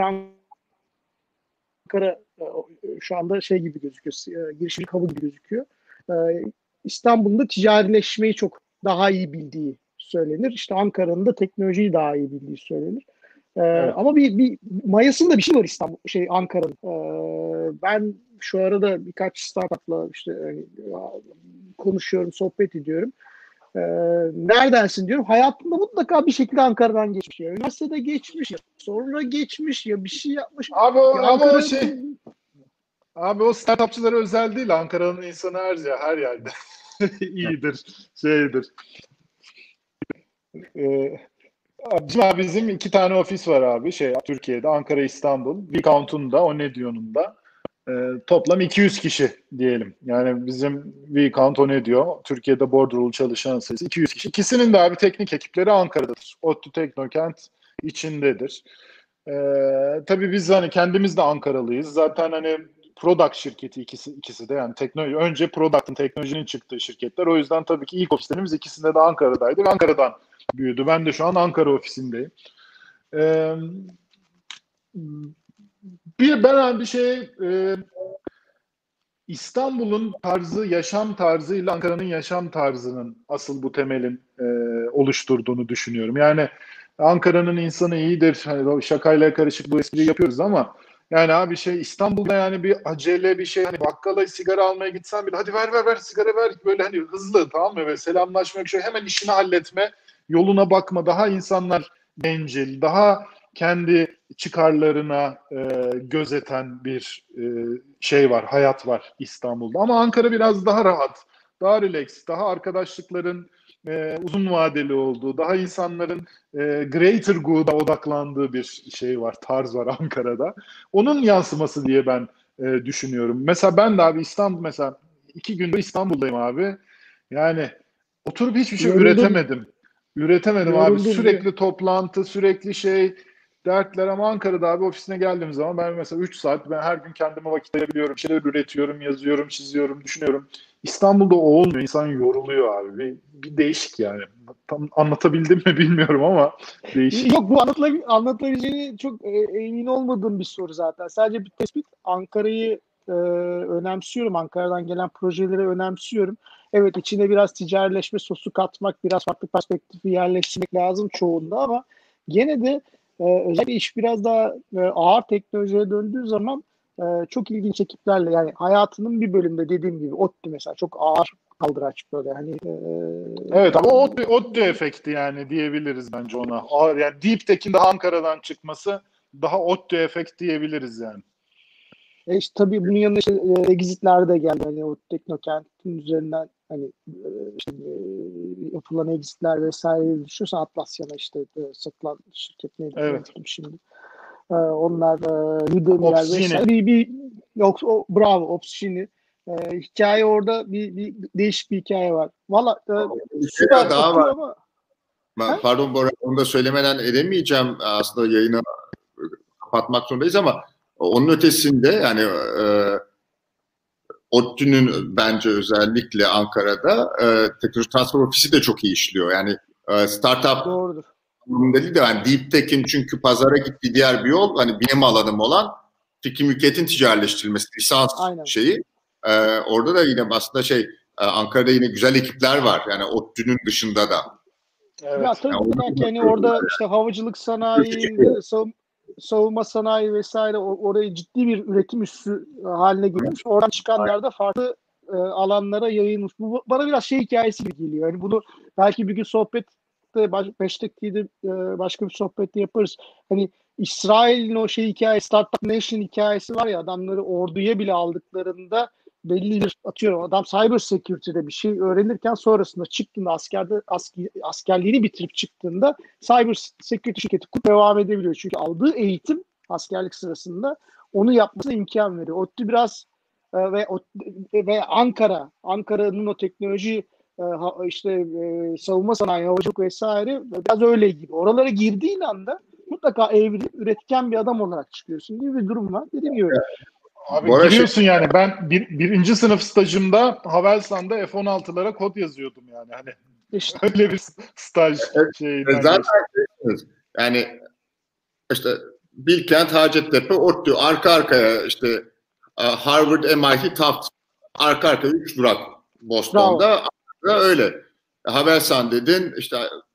Ankara şu anda gibi gözüküyor. Girişimci hub'ı gibi gözüküyor. İstanbul'da ticarileşmeyi çok daha iyi bildiği söylenir. İşte Ankara'nın da teknolojiyi daha iyi bildiği söylenir.
Evet.
Ama bir mayasında bir şey var Ankara'nın. Ben şu arada birkaç startup'la işte konuşuyorum, sohbet ediyorum. Neredensin diyorum. Hayatında mutlaka bir şekilde Ankara'dan geçmiş. Ya üniversitede geçmiş ya. Sonra geçmiş ya bir şey yapmış.
Abi
ama
o şey abi o startupçılara özel değil. Ankara'nın insanı her yerde iyidir, şeydir. Bizim 2 tane ofis var abi Türkiye'de, Ankara, İstanbul. VCount'un da Onedio'nun da toplam 200 kişi diyelim. Yani bizim VCount Onedio, Türkiye'de board rule çalışan sayısı 200 kişi. İkisinin de abi teknik ekipleri Ankara'dadır. ODTÜ Teknokent içindedir. Tabii biz hani kendimiz de Ankaralıyız. Zaten hani product şirketi ikisi de, yani teknoloji, önce product'ın, teknolojinin çıktığı şirketler. O yüzden tabii ki ilk ofislerimiz ikisinde de Ankara'daydı ve Ankara'dan büyüdü. Ben de şu an Ankara ofisindeyim. İstanbul'un yaşam tarzıyla Ankara'nın yaşam tarzının asıl bu temelin oluşturduğunu düşünüyorum. Yani Ankara'nın insanı iyidir. Hani şakayla karışık bu espriyi yapıyoruz ama yani abi İstanbul'da yani bir acele bir şey, hani bakkala sigara almaya gitsen bile hadi ver sigara ver, böyle hani hızlı, tamam mı? Ve selamlaşmak, hemen işini halletme, yoluna bakma, daha insanlar bencil, daha kendi çıkarlarına gözeten bir hayat var İstanbul'da. Ama Ankara biraz daha rahat, daha relax, daha arkadaşlıkların uzun vadeli olduğu, daha insanların greater good'a odaklandığı bir tarz var Ankara'da. Onun yansıması diye ben düşünüyorum. Mesela ben de abi mesela 2 gündür İstanbul'dayım abi. Yani oturup hiçbir şey üretemedim. Abi. Sürekli toplantı, sürekli dertler, ama Ankara'da abi ofisine geldiğim zaman ben mesela 3 saat her gün kendime vakit ayırabiliyorum. Şeyler üretiyorum, yazıyorum, çiziyorum, düşünüyorum. İstanbul'da o olmuyor. İnsan yoruluyor abi. Bir değişik yani. Tam anlatabildim mi bilmiyorum ama değişik.
Yok, bu anlatabileceğini çok emin olmadığım bir soru zaten. Sadece bir tespit. Ankara'yı önemsiyorum. Ankara'dan gelen projeleri önemsiyorum. Evet, içine biraz ticarileşme sosu katmak, biraz farklı perspektifi yerleştirmek lazım çoğunda, ama gene de özellikle iş biraz daha ağır teknolojiye döndüğü zaman çok ilginç ekiplerle, yani hayatının bir bölümde dediğim gibi ODTÜ mesela çok ağır kaldıraç böyle hani.
Evet, ama ODTÜ efekti yani diyebiliriz bence ona. Yani Deep Tech'in de Ankara'dan çıkması daha ODTÜ efekt diyebiliriz yani.
İşte tabii bunun yanında exit'ler de geldi. Hani o Teknokent'in üzerinden hani yapılan exit'ler vesaire düşünürsen Atlassian'a satılan şirket neydi?
Evet.
Şimdi. Onlar Udemy'ler vesaire. Bravo Opsgenie. Hikaye orada bir değişik bir hikaye var. Valla süper
daha var.
ama.
Pardon Bora, onu da söylemeden edemeyeceğim. Aslında yayını kapatmak zorundayız ama onun ötesinde yani ODTÜ'nün bence özellikle Ankara'da teknoloji transfer ofisi de çok iyi işliyor. Yani startup
Doğrudur.
Değil de yani Deep Tech'in çünkü pazara gittiği diğer bir yol hani benim alanım olan fikri mülkiyetin ticarileştirilmesi, lisans şeyi. Orada da yine aslında Ankara'da yine güzel ekipler var. Yani ODTÜ'nün dışında da.
Evet. Ya tabii yani orada işte havacılık sanayi, savunma sanayi vesaire orayı ciddi bir üretim üssü haline getirmiş. Oradan çıkanlar da farklı alanlara yayılmış. Bu bana biraz hikayesi gibi geliyor. Yani bunu belki bir gün sohbette 5 dakikada başka bir sohbette yaparız. Hani İsrail'in o hikayesi, Startup Nation hikayesi var ya, adamları orduya bile aldıklarında belli bir, atıyorum adam cyber security'de bir şey öğrenirken sonrasında çıktığında askerliğini bitirip çıktığında cyber security şirketi devam edebiliyor. Çünkü aldığı eğitim askerlik sırasında onu yapmasına imkan veriyor. ODTÜ biraz ve Ankara'nın o teknoloji savunma sanayi, havacılık vesaire biraz öyle gibi. Oralara girdiğin anda mutlaka üretken bir adam olarak çıkıyorsun gibi bir durum var. Dediğim gibi.
Abi giriyorsun yani. Ben birinci sınıf stajımda Havelsan'da F-16'lara kod yazıyordum yani. Hani öyle bir staj şeyinden
zaten yani Bilkent, Hacettepe, ODTÜ arka arkaya Harvard, MIT, Tufts arka arkaya 3 durak Boston'da. Öyle. Havelsan dedin,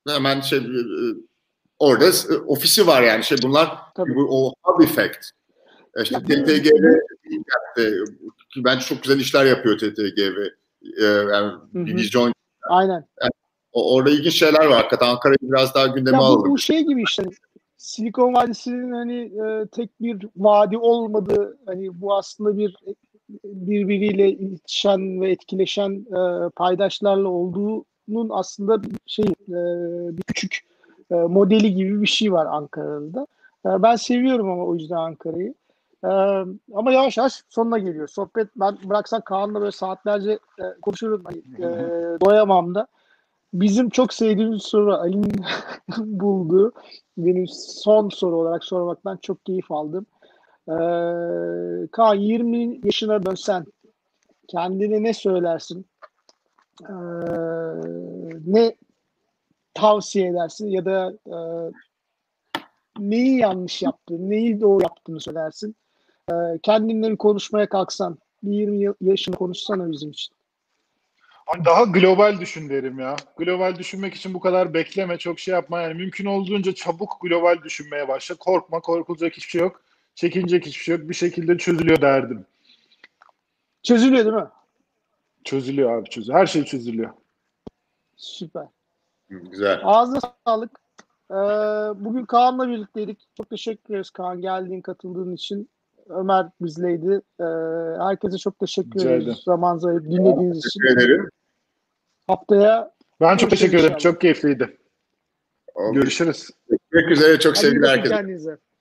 hemen orada ofisi var yani bunlar o hub effect. İşte TTGV bence çok güzel işler yapıyor TTGV. Yani bir vizyon.
Aynen.
Yani orada ilginç şeyler var. Hakikaten Ankara'yı biraz daha gündeme aldı.
Bu şey gibi işte Silikon Vadisi'nin hani tek bir vadi olmadığı, hani bu aslında birbiriyle iletişen ve etkileşen paydaşlarla olduğunun aslında bir küçük modeli gibi bir şey var Ankara'da. Ben seviyorum ama o yüzden Ankara'yı. Ama yavaş yavaş sonuna geliyor. Sohbet, ben bıraksam Kaan'la böyle saatlerce konuşurum. Doyamam da. Bizim çok sevdiğimiz soru, Ali'nin bulduğu, benim son soru olarak sormaktan çok keyif aldım. Kaan, 20 yaşına dönsen kendine ne söylersin? Ne tavsiye edersin ya da neyi yanlış yaptığını, neyi doğru yaptığını söylersin? Kendinle bir konuşmaya kalksan, bir 20 yaşını konuşsana bizim için.
Daha global düşün derim ya. Global düşünmek için bu kadar bekleme, çok şey yapma. Yani mümkün olduğunca çabuk global düşünmeye başla. Korkma, korkulacak hiçbir şey yok. Çekinecek hiçbir şey yok. Bir şekilde çözülüyor derdim.
Çözülüyor değil mi?
Çözülüyor abi, çözülüyor. Her şey çözülüyor.
Süper.
Güzel.
Ağzına sağlık. Bugün Kaan'la birlikteydik. Çok teşekkür ederiz Kaan, geldiğin, katıldığın için. Ömer bizleydi. Herkese çok teşekkür ederiz. Zamanınızı ayırıp dinlediğiniz için.
Teşekkür ederim.
Haftaya
ben çok teşekkür ederim.
İnşallah.
Çok keyifliydi. Görüşürüz.
Görüşmek üzere. Çok sevgiler herkese.
Kendinize.